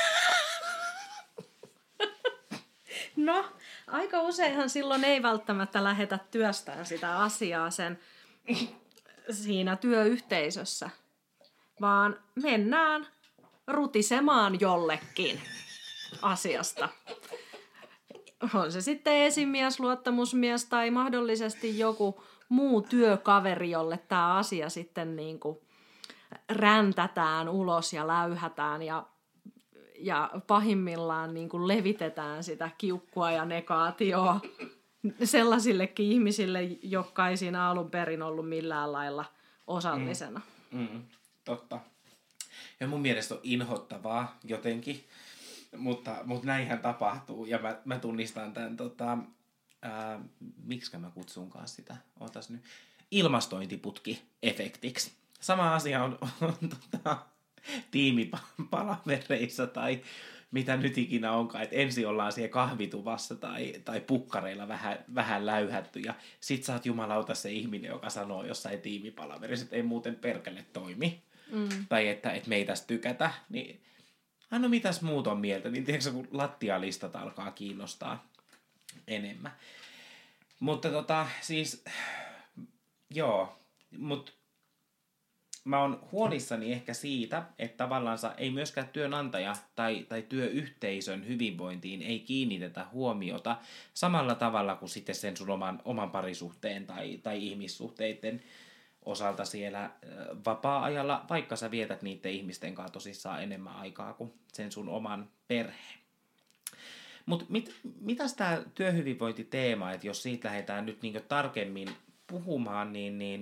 No, aika useinhan silloin ei välttämättä lähetä työstään sitä asiaa sen siinä työyhteisössä, vaan mennään rutisemaan jollekin asiasta. On se sitten esimies, luottamusmies tai mahdollisesti joku muu työkaveri, jolle tämä asia sitten niin kuin räntätään ulos ja läyhätään ja, ja pahimmillaan niin kuin levitetään sitä kiukkua ja negaatioa sellaisillekin ihmisille, jotka ei siinä alun perin ollut millään lailla osallisena. Mm, mm, totta. Ja mun mielestä on inhottavaa jotenkin, mutta, mutta näinhän tapahtuu. Ja mä, mä tunnistan tämän, tota, ää, miksikä mä kutsunkaan sitä, ootas nyt, ilmastointiputki-efektiksi. Sama asia on, on tota, tiimipalavereissa tai mitä nyt ikinä onkaan, että ensin ollaan siellä kahvituvassa tai, tai pukkareilla vähän, vähän läyhätty ja sit sä oot jumalauta se ihminen, joka sanoo jossain tiimipalaverissa, että ei muuten perkele toimi. Mm. Tai että, että me ei tästä tykätä, niin no mitäs muut on mieltä, niin tiedätkö kun lattialistat alkaa kiinnostaa enemmän. Mutta tota siis, joo, mutta mä oon huolissani ehkä siitä, että tavallaan ei myöskään työnantaja tai, tai työyhteisön hyvinvointiin ei kiinnitetä huomiota samalla tavalla kuin sitten sen sun oman, oman parisuhteen tai, tai ihmissuhteiden osalta siellä vapaa-ajalla, vaikka sä vietät niiden ihmisten kanssa tosissaan enemmän aikaa kuin sen sun oman perheen. Mutta mit, mitäs tää työhyvinvointiteema, että jos siitä lähdetään nyt niinku tarkemmin puhumaan, niin, niin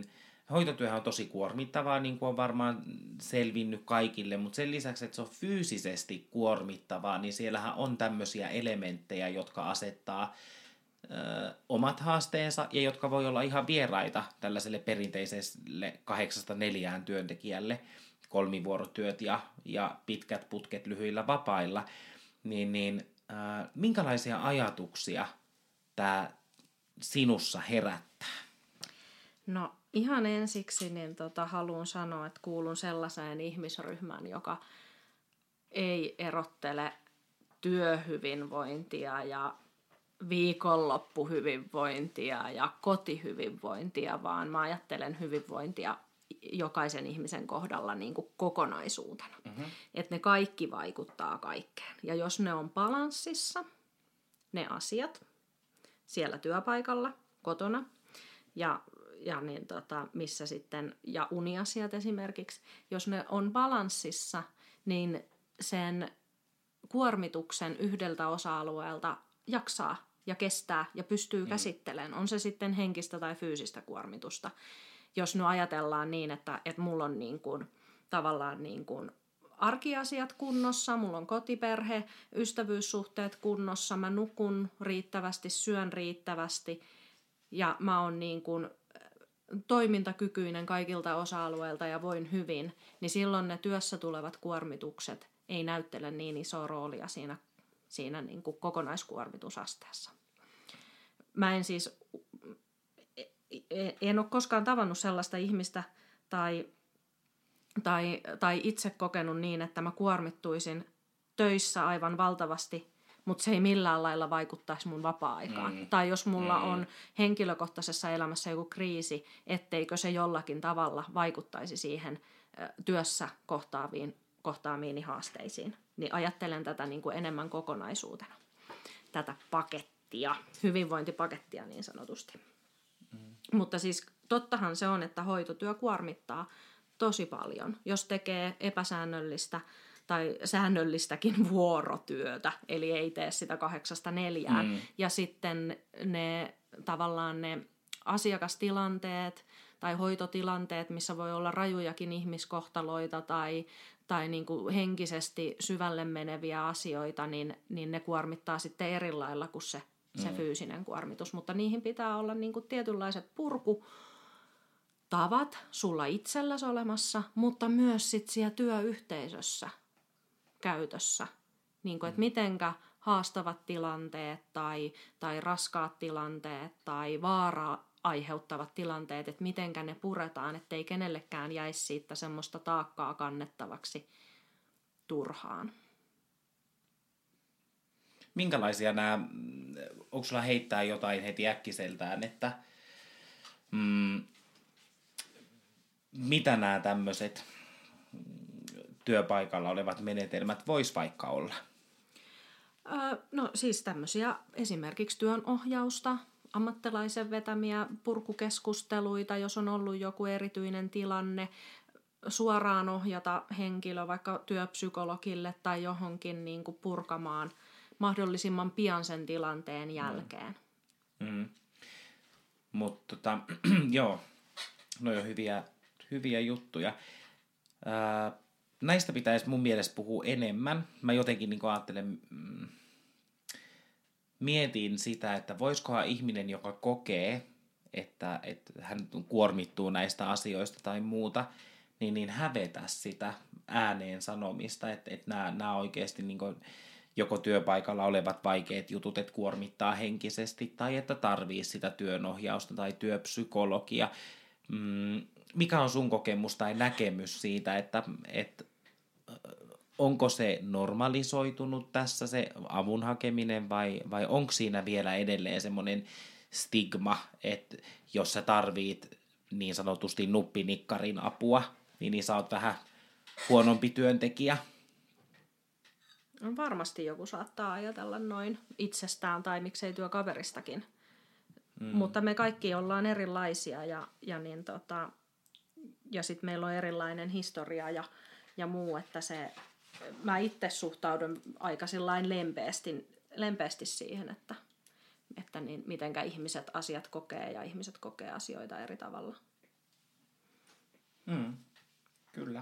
Hoitotyöhän on tosi kuormittavaa, niin kuin on varmaan selvinnyt kaikille, mutta sen lisäksi, että se on fyysisesti kuormittavaa, niin siellähän on tämmöisiä elementtejä, jotka asettaa ö, omat haasteensa ja jotka voi olla ihan vieraita tällaiselle perinteiselle kahdeksasta neljään työntekijälle, kolmivuorotyöt ja, ja pitkät putket lyhyillä vapailla, niin, niin ö, minkälaisia ajatuksia tämä sinussa herättää? No ihan ensiksi niin tota, haluan sanoa, että kuulun sellaiseen ihmisryhmään, joka ei erottele työhyvinvointia ja viikonloppuhyvinvointia ja kotihyvinvointia, vaan mä ajattelen hyvinvointia jokaisen ihmisen kohdalla niin kuin kokonaisuutena. Mm-hmm. Että ne kaikki vaikuttaa kaikkeen. Ja jos ne on balanssissa, ne asiat siellä työpaikalla, kotona ja ja niin tota, missä sitten, ja uniasiat esimerkiksi, jos ne on balanssissa, niin sen kuormituksen yhdeltä osa-alueelta jaksaa ja kestää ja pystyy mm. käsittelemään. On se sitten henkistä tai fyysistä kuormitusta. Jos nyt ajatellaan niin, että, että mulla on niin kuin, tavallaan niin kuin arkiasiat kunnossa, mulla on kotiperhe, ystävyyssuhteet kunnossa, mä nukun riittävästi, syön riittävästi ja mä oon niin kuin toimintakykyinen kaikilta osa-alueilta ja voin hyvin, niin silloin ne työssä tulevat kuormitukset ei näyttele niin isoa roolia siinä, siinä niin kuin kokonaiskuormitusasteessa. Mä en siis, en ole koskaan tavannut sellaista ihmistä tai, tai, tai itse kokenut niin, että mä kuormittuisin töissä aivan valtavasti, mutta se ei millään lailla vaikuttaisi mun vapaa-aikaan. Mm. Tai jos mulla mm. on henkilökohtaisessa elämässä joku kriisi, etteikö se jollakin tavalla vaikuttaisi siihen työssä kohtaaviin, kohtaamiini haasteisiin. Niin ajattelen tätä niin kuin enemmän kokonaisuutena. Tätä pakettia, hyvinvointipakettia niin sanotusti. Mm. Mutta siis tottahan se on, että hoitotyö kuormittaa tosi paljon, jos tekee epäsäännöllistä tai säännöllistäkin vuorotyötä, eli ei tee sitä kahdeksasta neljään. Mm. Ja sitten ne tavallaan ne asiakastilanteet tai hoitotilanteet, missä voi olla rajujakin ihmiskohtaloita tai, tai niin kuin henkisesti syvälle meneviä asioita, niin, niin ne kuormittaa sitten eri lailla kuin se, se mm. fyysinen kuormitus. Mutta niihin pitää olla niin kuin tietynlaiset purkutavat sulla itselläsi olemassa, mutta myös sit siellä työyhteisössä käytössä, niin kuin, että mitenkä haastavat tilanteet tai, tai raskaat tilanteet tai vaaraa aiheuttavat tilanteet, että mitenkä ne puretaan, ettei kenellekään jäisi siitä semmoista taakkaa kannettavaksi turhaan. Minkälaisia nämä, onko sulla heittää jotain heti äkkiseltään, että mm, mitä nämä tämmöiset työpaikalla olevat menetelmät vois vaikka olla? Öö, no siis tämmöisiä esimerkiksi työnohjausta, ammattilaisen vetämiä purkukeskusteluita, jos on ollut joku erityinen tilanne, suoraan ohjata henkilö vaikka työpsykologille tai johonkin niin kuin purkamaan mahdollisimman pian sen tilanteen jälkeen. Mm. Mm. Mutta tota, joo, no jo hyviä, hyviä juttuja. Ää, näistä pitäisi mun mielestä puhua enemmän. Mä jotenkin niin ajattelen, mm, mietin sitä, että voisikohan ihminen, joka kokee, että, että hän kuormittuu näistä asioista tai muuta, niin, niin hävetä sitä ääneen sanomista, että, että nämä, nämä oikeasti niin kuin joko työpaikalla olevat vaikeat jutut, että kuormittaa henkisesti tai että tarvii sitä työnohjausta tai työpsykologia. Mm, mikä on sun kokemus tai näkemys siitä, että, että onko se normalisoitunut tässä se avun hakeminen vai, vai onko siinä vielä edelleen semmoinen stigma, että jos sä tarvit niin sanotusti nuppinikkarin apua, niin, niin sä oot vähän huonompi työntekijä? No varmasti joku saattaa ajatella noin itsestään tai miksei työkaveristakin. Mm. Mutta me kaikki ollaan erilaisia ja, ja, niin tota, ja sitten meillä on erilainen historia ja, ja muu, että se, mä itse suhtaudun aika sillain lempeästi, lempeästi siihen, että, että niin, mitenkä ihmiset asiat kokee ja ihmiset kokee asioita eri tavalla. Mm. Kyllä.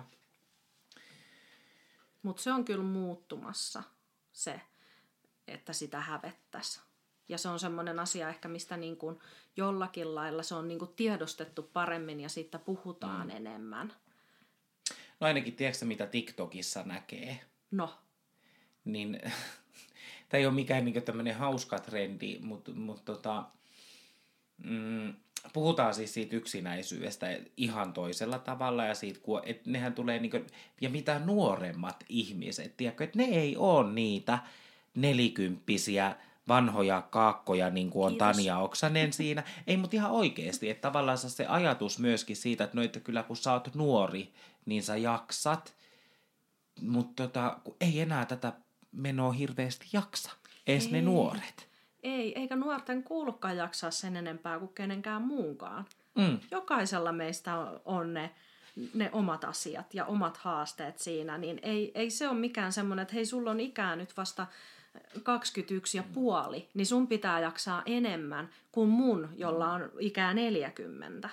Mutta se on kyllä muuttumassa se, että sitä hävettäisi. Ja se on semmoinen asia ehkä, mistä niin kuin jollakin lailla se on niin kuin tiedostettu paremmin ja siitä puhutaan mm. enemmän. No ainakin, tiedätkö mitä TikTokissa näkee? No. Niin, tämä ei ole mikään niin tämmöinen hauska trendi, mutta, mutta tota, mm, puhutaan siis siitä yksinäisyydestä ihan toisella tavalla ja siitä, kun, että nehän tulee, niin kuin, ja mitä nuoremmat ihmiset, tiedätkö, että ne ei ole niitä nelikymppisiä vanhoja kaakkoja, niin kuin on Kiitos. Tanja Oksanen siinä. Ei, mutta ihan oikeasti, että tavallaan se ajatus myöskin siitä, että, no, että kyllä kun sä oot nuori, niin sä jaksat, mutta tota, ei enää tätä menoa hirveästi jaksa, edes ei. Ne nuoret. Ei, eikä nuorten kuulukaan jaksaa sen enempää kuin kenenkään muunkaan. Mm. Jokaisella meistä on ne, ne omat asiat ja omat haasteet siinä, niin ei, ei se ole mikään semmoinen, että hei, sulla on ikää nyt vasta kaksikymmentäyksi ja puoli, niin sun pitää jaksaa enemmän kuin mun, jolla on ikää neljäkymmentä.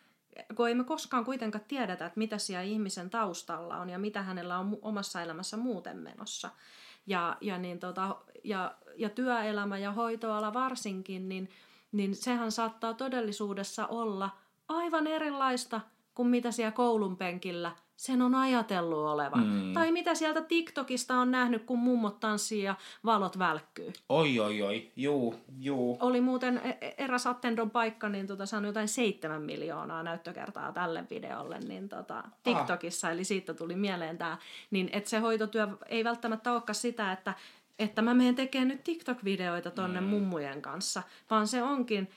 Kun ei me koskaan kuitenkaan tiedetä, että mitä siellä ihmisen taustalla on ja mitä hänellä on omassa elämässä muuten menossa. Ja, ja, niin tota, ja, ja työelämä ja hoitoala varsinkin, niin, niin sehän saattaa todellisuudessa olla aivan erilaista kuin mitä siellä koulun penkillä sen on ajatellut olevan. Mm. Tai mitä sieltä TikTokista on nähnyt, kun mummot tanssii ja valot välkkyy. Oi, oi, oi. Juu, juu. Oli muuten eräs Attendon paikka, niin tota, saanut jotain seitsemän miljoonaa näyttökertaa tälle videolle niin tota, TikTokissa. Ah. Eli siitä tuli mieleen tämä. Niin, että se hoitotyö ei välttämättä olekaan sitä, että että mä menen tekemään nyt TikTok-videoita tonne mm. mummujen kanssa, vaan se onkin,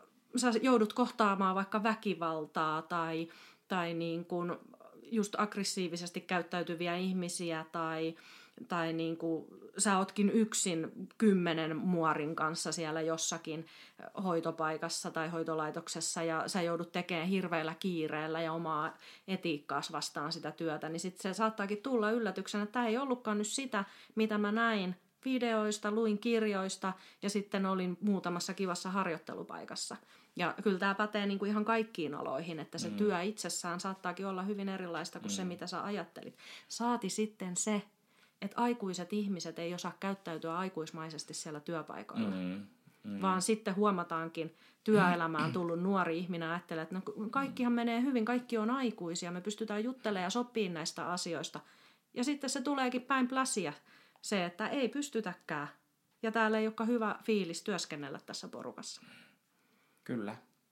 sä joudut kohtaamaan vaikka väkivaltaa tai, tai niin kuin just aggressiivisesti käyttäytyviä ihmisiä tai, tai niin kuin sä ootkin yksin kymmenen muorin kanssa siellä jossakin hoitopaikassa tai hoitolaitoksessa ja sä joudut tekemään hirveällä kiireellä ja omaa etiikkaas vastaan sitä työtä, niin sitten se saattaakin tulla yllätyksenä, että tämä ei ollutkaan nyt sitä, mitä mä näin videoista, luin kirjoista ja sitten olin muutamassa kivassa harjoittelupaikassa. Ja kyllä tämä pätee niin kuin ihan kaikkiin aloihin, että se mm. työ itsessään saattaakin olla hyvin erilaista kuin mm. se, mitä sä ajattelit. Saati sitten se, että aikuiset ihmiset ei osaa käyttäytyä aikuismaisesti siellä työpaikoilla. Mm. Mm. Vaan sitten huomataankin, työelämään tullut nuori ihminen ajattelee, että no kaikkihan menee hyvin, kaikki on aikuisia, me pystytään juttelemaan ja sopimaan näistä asioista. Ja sitten se tuleekin päin pläsiä se, että ei pystytäkään. Ja täällä ei olekaan hyvä fiilis työskennellä tässä porukassa. Kyllä.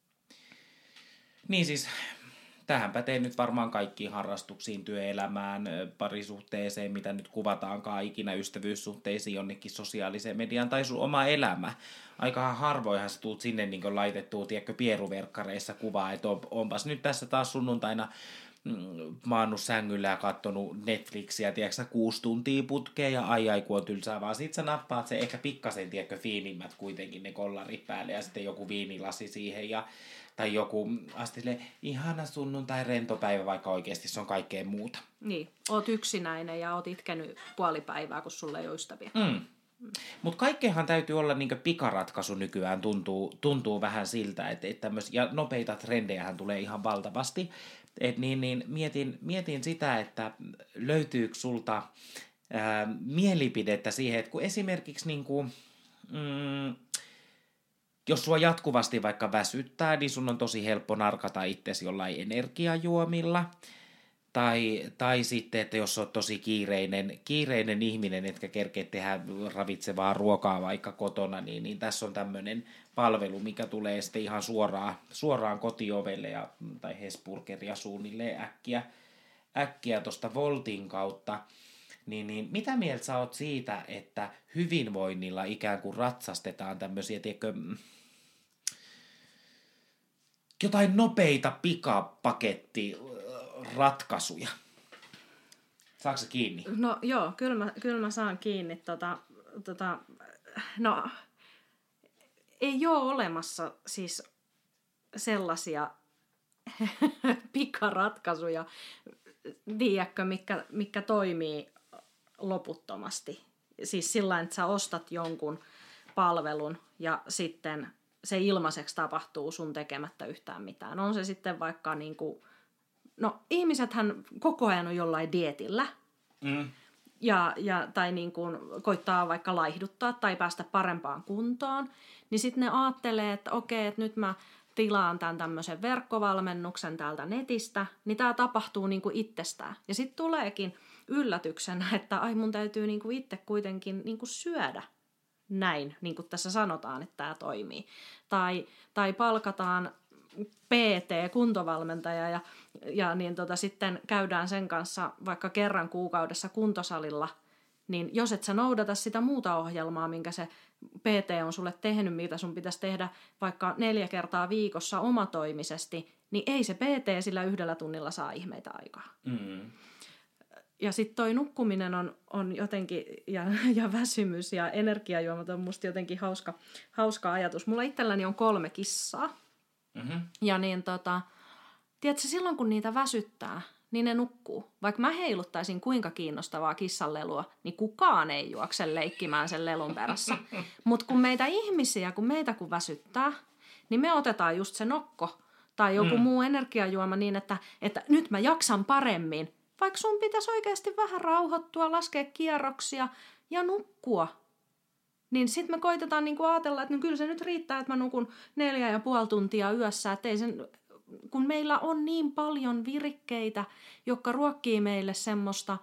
Niin siis, tähän pätee nyt varmaan kaikkiin harrastuksiin, työelämään, parisuhteeseen, mitä nyt kuvataankaan ikinä, ystävyyssuhteisiin, jonnekin sosiaaliseen mediaan tai sun oma elämä. Aika harvoinhan sä tuut sinne niin laitettua, tiedätkö, pieruverkkareissa kuvaa, että on, onpas nyt tässä taas sunnuntaina maannut sängyllä ja kattonut Netflixiä, tiedätkö, kuusi tuntia putkeen ja ai ai kun on tylsää, vaan sit sä nappaat se ehkä pikkasen, tiedätkö, fiinimmät kuitenkin ne kollarit päälle ja sitten joku viinilasi siihen ja tai joku astille ihana sunnuntai rentopäivä, vaikka oikeasti se on kaikkea muuta. Niin, oot yksinäinen ja oot itkenyt puoli päivää, kun sulla ei ole ystäviä. Mm. Mm. Mutta kaikkeenhan täytyy olla niinku pikaratkaisu nykyään, tuntuu, tuntuu vähän siltä, että et tämmöis, ja nopeita trendejähän tulee ihan valtavasti. Et niin, niin mietin, mietin sitä, että löytyykö sulta ää, mielipidettä siihen, että kun esimerkiksi niinku, mm, jos sua jatkuvasti vaikka väsyttää, niin sun on tosi helppo narkata itsesi jollain energiajuomilla. Tai, tai sitten, että jos olet tosi kiireinen, kiireinen ihminen, etkä kerkeä tehdä ravitsevaa ruokaa vaikka kotona, niin, niin tässä on tämmöinen palvelu, mikä tulee sitten ihan suoraan, suoraan kotiovelle ja, tai Hesburgeria suunnilleen äkkiä, äkkiä tuosta Voltin kautta. Niin, niin mitä mieltä sä oot siitä, että hyvinvoinnilla ikään kuin ratsastetaan tämmöisiä, tiedätkö, jotain nopeita pikapakettiratkaisuja? Saatko sä kiinni? No joo, kyllä mä, kyllä mä saan kiinni. Tota, tota, no, ei ole olemassa siis sellaisia pikaratkaisuja, tiedätkö, mikä, mikä toimii loputtomasti. Siis sillä että sä ostat jonkun palvelun ja sitten se ilmaiseksi tapahtuu sun tekemättä yhtään mitään. On se sitten vaikka niin kuin no ihmisethän koko ajan on jollain dietillä. Mm. Ja, ja, tai niin kuin koittaa vaikka laihduttaa tai päästä parempaan kuntoon, niin sitten ne ajattelee, että okei, että nyt mä tilaan tämän tämmöisen verkkovalmennuksen täältä netistä, niin tämä tapahtuu niin kuin itsestään. Ja sitten tuleekin yllätyksenä, että ai mun täytyy niin kuin itse kuitenkin niin kuin syödä näin, niin kuin tässä sanotaan, että tämä toimii. Tai, tai palkataan P T, kuntovalmentaja, ja, ja niin tota, sitten käydään sen kanssa vaikka kerran kuukaudessa kuntosalilla, niin jos et sä noudata sitä muuta ohjelmaa, minkä se P T on sulle tehnyt, mitä sun pitäisi tehdä vaikka neljä kertaa viikossa omatoimisesti, niin ei se P T sillä yhdellä tunnilla saa ihmeitä aikaa. Mm. Ja sitten toi nukkuminen on, on jotenkin, ja, ja väsymys ja energiajuomat on musta jotenkin hauska, hauska ajatus. Mulla itselläni on kolme kissaa. Mm-hmm. Ja niin tota, tiedätkö, silloin kun niitä väsyttää, niin ne nukkuu. Vaikka mä heiluttaisin kuinka kiinnostavaa kissanlelua, niin kukaan ei juokse leikkimään sen lelun perässä. Mutta kun meitä ihmisiä, kun meitä kun väsyttää, niin me otetaan just se nokko tai joku mm. muu energiajuoma niin, että, että nyt mä jaksan paremmin. Vaikka sun pitäisi oikeasti vähän rauhoittua, laskea kierroksia ja nukkua. Niin sitten me koitetaan niinku ajatella, että no kyllä se nyt riittää, että mä nukun neljä ja puoli tuntia yössä. Että ei sen, kun meillä on niin paljon virikkeitä, jotka ruokkii meille semmoista,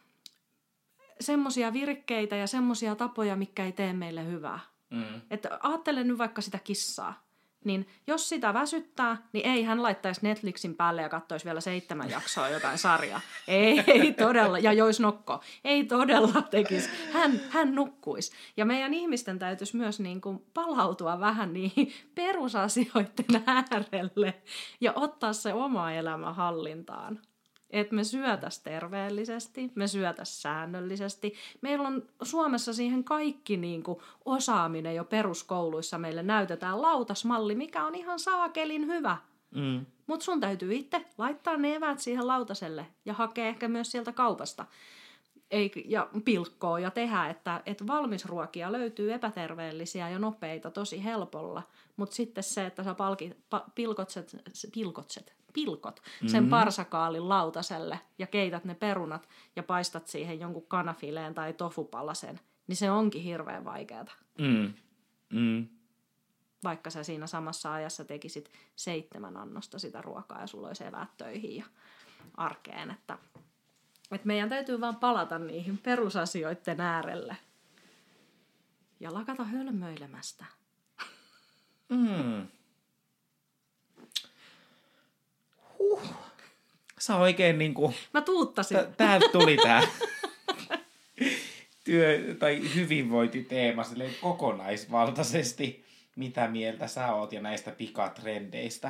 semmosia virikkeitä ja semmosia tapoja, mitkä ei tee meille hyvää. Mm. Että ajattele nyt vaikka sitä kissaa. Niin jos sitä väsyttää, niin ei hän laittaisi Netflixin päälle ja katsoisi vielä seitsemän jaksoa jotain sarjaa. Ei, ei todella, ja jois nokko. Ei todella tekisi. Hän, hän nukkuisi. Ja meidän ihmisten täytyisi myös niin kuin palautua vähän niihin perusasioiden äärelle ja ottaa se oma elämä hallintaan. Että me syötäisiin terveellisesti, me syötäisiin säännöllisesti. Meillä on Suomessa siihen kaikki niin kuin osaaminen jo peruskouluissa. Meille näytetään lautasmalli, mikä on ihan saakelin hyvä. Mm. Mutta sun täytyy itse laittaa ne eväät siihen lautaselle ja hakea ehkä myös sieltä kaupasta. Ei, ja pilkkoa ja tehdä, että, että valmisruokia löytyy epäterveellisiä ja nopeita tosi helpolla. Mutta sitten se, että sä palki, pa, pilkotset, pilkotset, pilkot sen mm-hmm. parsakaalin lautaselle ja keität ne perunat ja paistat siihen jonkun kanafileen tai tofupalasen, niin se onkin hirveän vaikeata. Mm. Mm. Vaikka sä siinä samassa ajassa tekisit seitsemän annosta sitä ruokaa ja sulla olisi eväät töihin ja arkeen, että Et meidän täytyy vaan palata niihin perusasioiden äärelle. Ja lakata hölmöilemästä. Mm. Huh. Sä oikein niinku... Mä tuuttasin. T- täältä tuli tää työ- tai hyvinvointiteema silleen kokonaisvaltaisesti. Mitä mieltä sä oot ja näistä pikatrendeistä?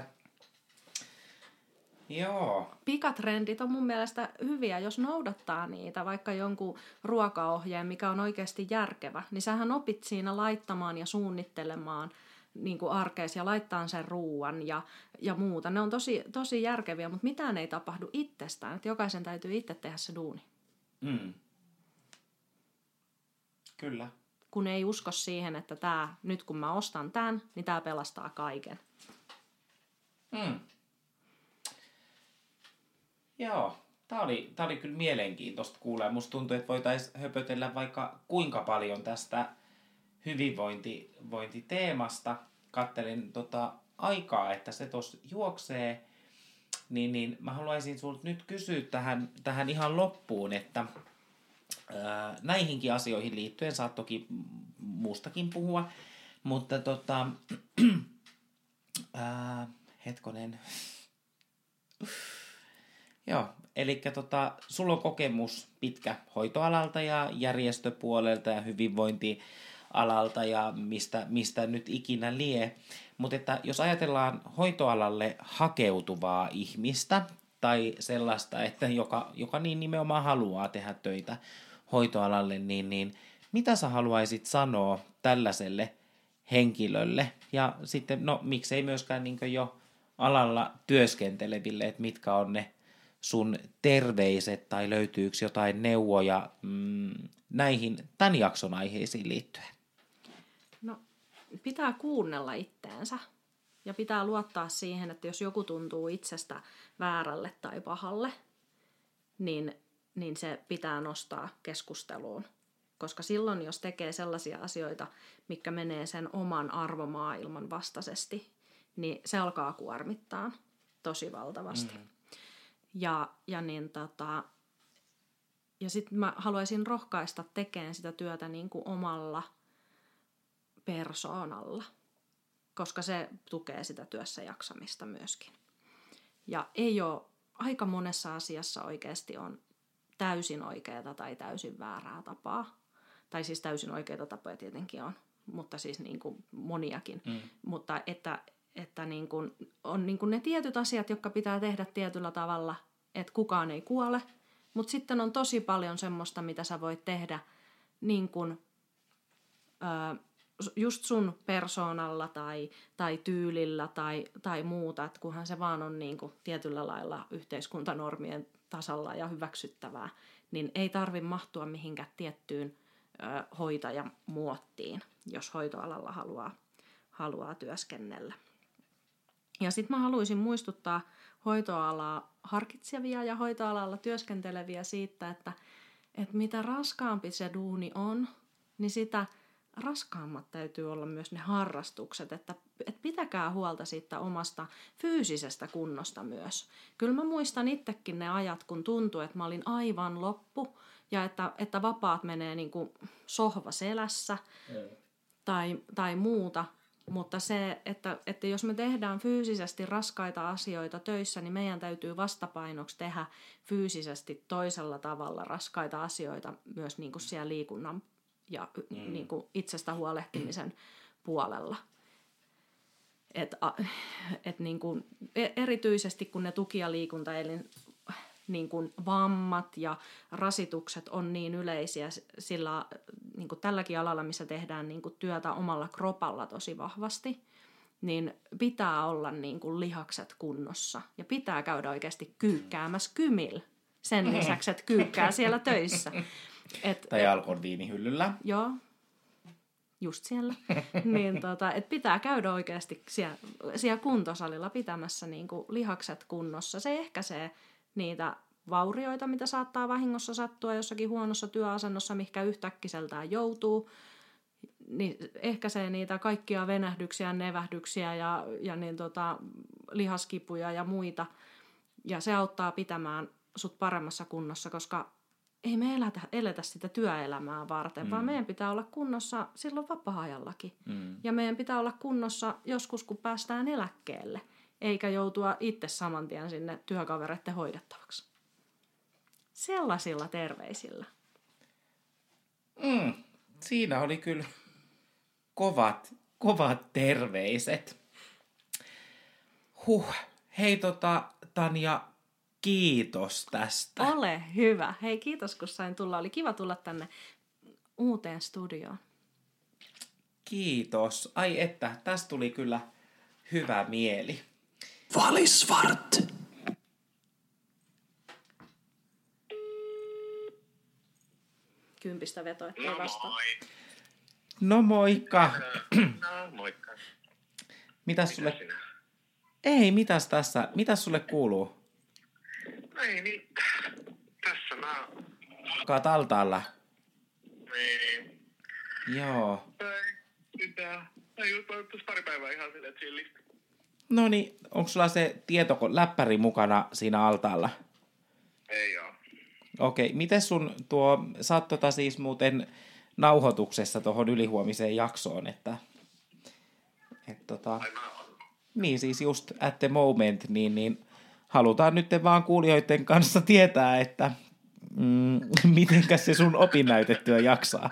Joo. Pikatrendit on mun mielestä hyviä, jos noudattaa niitä, vaikka jonkun ruokaohjeen, mikä on oikeasti järkevä, niin sähän opit siinä laittamaan ja suunnittelemaan niin kuin arkeesi ja laittaa sen ruuan ja, ja muuta. Ne on tosi, tosi järkeviä, mutta mitään ei tapahdu itsestään, että jokaisen täytyy itse tehdä se duuni. Mm. Kyllä. Kun ei usko siihen, että tää, nyt kun mä ostan tämän, niin tää pelastaa kaiken. Mm. Joo, tää oli, tää oli kyllä mielenkiintoista kuulla. Musta tuntuu, että voitaisiin höpötellä vaikka kuinka paljon tästä hyvinvointiteemasta. Kattelin tota aikaa, että se tossa juoksee. Niin, niin mä haluaisin sulta nyt kysyä tähän, tähän ihan loppuun, että ää, näihinkin asioihin liittyen saat toki muustakin puhua. Mutta tota, ää, hetkonen... Joo, eli tota, sulla on kokemus pitkä hoitoalalta ja järjestöpuolelta ja hyvinvointialalta ja mistä, mistä nyt ikinä lie. Mutta että jos ajatellaan hoitoalalle hakeutuvaa ihmistä tai sellaista, että joka, joka niin nimenomaan haluaa tehdä töitä hoitoalalle, niin, niin mitä sä haluaisit sanoa tällaiselle henkilölle? Ja sitten, no miksei myöskään niin jo alalla työskenteleville, että mitkä on ne sun terveiset tai löytyykö jotain neuvoja mm, näihin tämän jakson aiheisiin liittyen? No, pitää kuunnella itteensä. Ja pitää luottaa siihen, että jos joku tuntuu itsestä väärälle tai pahalle, niin, niin se pitää nostaa keskusteluun. Koska silloin, jos tekee sellaisia asioita, mitkä menee sen oman arvomaailman vastaisesti, niin se alkaa kuormittaa tosi valtavasti. Mm-hmm. Ja, ja, niin tota, ja sitten mä haluaisin rohkaista tekemään sitä työtä niin kuin omalla persoonalla, koska se tukee sitä työssä jaksamista myöskin. Ja ei ole, aika monessa asiassa oikeasti on täysin oikeaa tai täysin väärää tapaa. Tai siis täysin oikeita tapoja tietenkin on, mutta siis niin kuin moniakin. Mm. Mutta että, että niin kuin on niin kuin ne tietyt asiat, jotka pitää tehdä tietyllä tavalla, että kukaan ei kuole. Mutta sitten on tosi paljon semmoista, mitä sä voit tehdä niin kuin, ö, just sun persoonalla tai, tai tyylillä tai, tai muuta. Että kunhan se vaan on niin kuin tietyllä lailla yhteiskuntanormien tasalla ja hyväksyttävää, niin ei tarvi mahtua mihinkään tiettyyn hoitajamuottiin, jos hoitoalalla haluaa, haluaa työskennellä. Ja sitten mä haluaisin muistuttaa hoitoalaa harkitsevia ja hoitoalalla työskenteleviä siitä, että, että mitä raskaampi se duuni on, niin sitä raskaammat täytyy olla myös ne harrastukset, että, että pitäkää huolta siitä omasta fyysisestä kunnosta myös. Kyllä mä muistan itsekin ne ajat, kun tuntui, että mä olin aivan loppu, ja että, että vapaat menee niin kuin sohva selässä tai, tai muuta. Mutta se, että, että jos me tehdään fyysisesti raskaita asioita töissä, niin meidän täytyy vastapainoksi tehdä fyysisesti toisella tavalla raskaita asioita myös niin kuin siellä liikunnan ja mm. niin kuin itsestä huolehtimisen puolella. Et, et niin kuin, erityisesti kun ne tuki- ja liikuntaelin niin kuin vammat ja rasitukset on niin yleisiä sillä niin kuin tälläkin alalla, missä tehdään niin kuin työtä omalla kropalla tosi vahvasti, niin pitää olla niin kuin lihakset kunnossa ja pitää käydä oikeasti kyykkäämässä kymillä sen lisäksi, että kyykkää siellä töissä. Et, tai alkoholiinihyllyllä. Joo, just siellä. niin, tota, et pitää käydä oikeasti siellä, siellä kuntosalilla pitämässä niin kuin lihakset kunnossa. Se ehkäisee niitä vaurioita, mitä saattaa vahingossa sattua jossakin huonossa työasennossa, mihinkä yhtäkkiseltään joutuu. Niin ehkäisee niitä kaikkia venähdyksiä, nevähdyksiä ja, ja niin tota, lihaskipuja ja muita. Ja se auttaa pitämään sut paremmassa kunnossa, koska ei me eletä, eletä sitä työelämää varten, mm. vaan meidän pitää olla kunnossa silloin vapaa-ajallakin. Mm. Ja meidän pitää olla kunnossa joskus, kun päästään eläkkeelle, eikä joutua itse saman tien sinne työkavereiden hoidettavaksi. Sellaisilla terveisillä. Mm. Siinä oli kyllä kovat, kovat terveiset. Huh. Hei tota, Tanja, kiitos tästä. Ole hyvä. Hei, kiitos kun sain tulla. Oli kiva tulla tänne uuteen studioon. Kiitos. Ai että, tästä tuli kyllä hyvä mieli. Valisvart. Kympistä veto, ettei No vastaa. moi. No moikka. No moikka. Mitäs Mitä sulle... sinä? Ei, mitäs tässä? Mitäs sulle kuuluu? No ei niin, tässä mä... Kaat altaalla. Niin. Joo. Ei, mitä? Ei just tuossa pari päivää ihan silleen chillistä. No niin, onko sulla se tietoko läppäri mukana siinä altaalla? Ei oo. Okei, miten sun tuo, sä oot tota siis muuten nauhoituksessa tuohon ylihuomiseen jaksoon, että... Et tota, Ai mä oon. niin siis just at the moment, niin, niin halutaan nyt vaan kuulijoiden kanssa tietää, että mm, mitenkäs se sun opinnäytetyö jaksaa.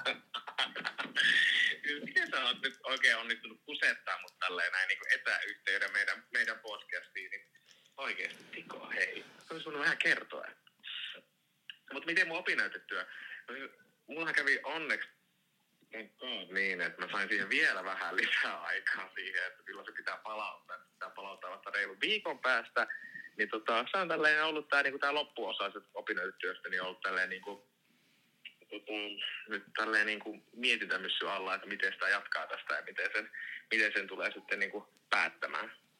Miten sä oot nyt oikein onnistunut kusettaa mut tälleen näin niin kuin etäyhteyden meidän, meidän podcastiin, niin oikeesti Tiko, hei. Olisi voinut vähän kertoa. Mutta miten mun opinnäytetyö? Mullahan kävi onneksi niin, että mä sain siihen vielä vähän lisää aikaa siihen, että milloin se pitää palauttaa. Se pitää palauttaa vasta reilun viikon päästä. Niin tota, se on tälleen ollut tää, niinku tää loppuosa opinnäytetyöstä, niin on ollut tälleen niinku, tota, nyt tälleen niinku mietintämyssy alla, että miten sitä jatkaa tästä ja miten sen, miten sen tulee sitten niinku päättämään.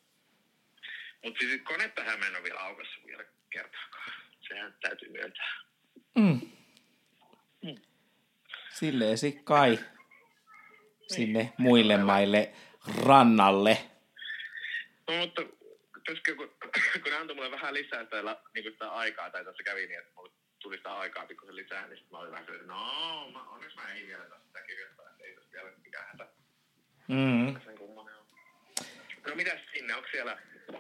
Mutta siis konettahan mä en ole vielä aukassa vielä kertaakaan. Sehän täytyy myöntää. Mm. Mm. Silleen kai sinne niin. muille maille rannalle. No mutta koska kun, kun ne antoi mulle vähän lisää sitä, niin sitä aikaa, tai tässä kävi niin, että mulle tuli sitä aikaa pikkusen lisää, niin sitten mä olin vähän että no, mä, onneksi mä ei vielä tässä sitä kirjoittaa, että ei tässä vielä mikään hätä. Mm. Sen kummonen on. No mitäs sinne, onko siellä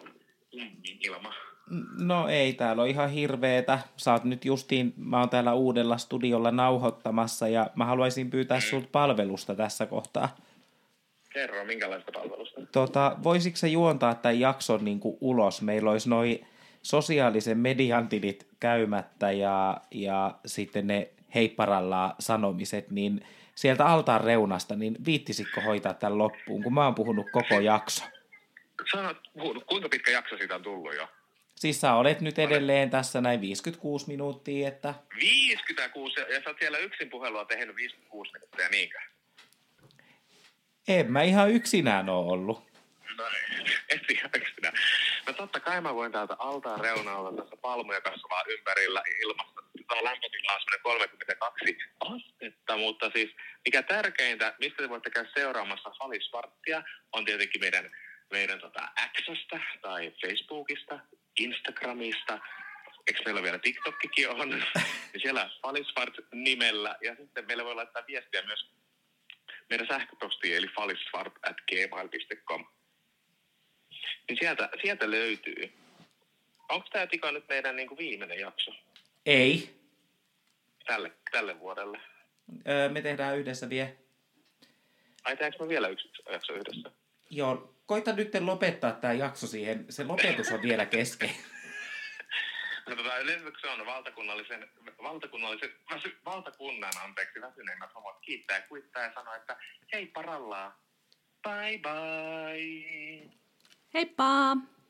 ilma? No ei, täällä on ihan hirveetä. Sä oot nyt justiin, mä oon täällä uudella studiolla nauhoittamassa ja mä haluaisin pyytää mm. sulta palvelusta tässä kohtaa. Kerro, minkälaista palvelusta? Tota, voisitko sä juontaa tämän jakson niin kuin ulos? Meillä olisi noi sosiaalisen median tilit käymättä ja, ja sitten ne heipparalla sanomiset, niin sieltä altaan reunasta, niin viittisitkö hoitaa tämän loppuun, kun mä oon puhunut koko jakso? Sä oot puhunut, kuinka pitkä jakso siitä on tullut jo? Siis sä olet nyt edelleen tässä näin viisikymmentäkuusi minuuttia, että... viisikymmentäkuusi, ja sä oot siellä yksin puhelua tehnyt viisikymmentäkuusi minuuttia, niinkö? En mä ihan yksinään ole ollut. No et ihan yksinään. No totta kai mä voin täältä altaan reunalta tässä palmuja kasvaa ympärillä ilmasta. Tämä lämpötila on semmoinen kolmekymmentäkaksi astetta, mutta siis mikä tärkeintä, mistä te voitte käydä seuraamassa Falisvarttia, on tietenkin meidän, meidän tota X:stä tai Facebookista, Instagramista. Eikö meillä vielä TikTokkikin on? Ja siellä Falisvart nimellä ja sitten meillä voi laittaa viestiä myös meidän sähköpostiin, eli falisvart at gmail dot com. Niin sieltä, sieltä löytyy. Onko tämä Tika nyt meidän niin kuin viimeinen jakso? Ei. Tälle, tälle vuodelle? Öö, me tehdään yhdessä vielä. Ai tehdäänkö me vielä yksi jakso yhdessä? Joo, koita nyt lopettaa tämä jakso siihen. Se lopetus on vielä kesken. No tota, yleensä se on valtakunnallisen, valtakunnallisen, väsy, valtakunnan anteeksi väsyneimmät homot kiittää ja kuittaa ja sanoo, että hei parallaa, bye bye. Heippa!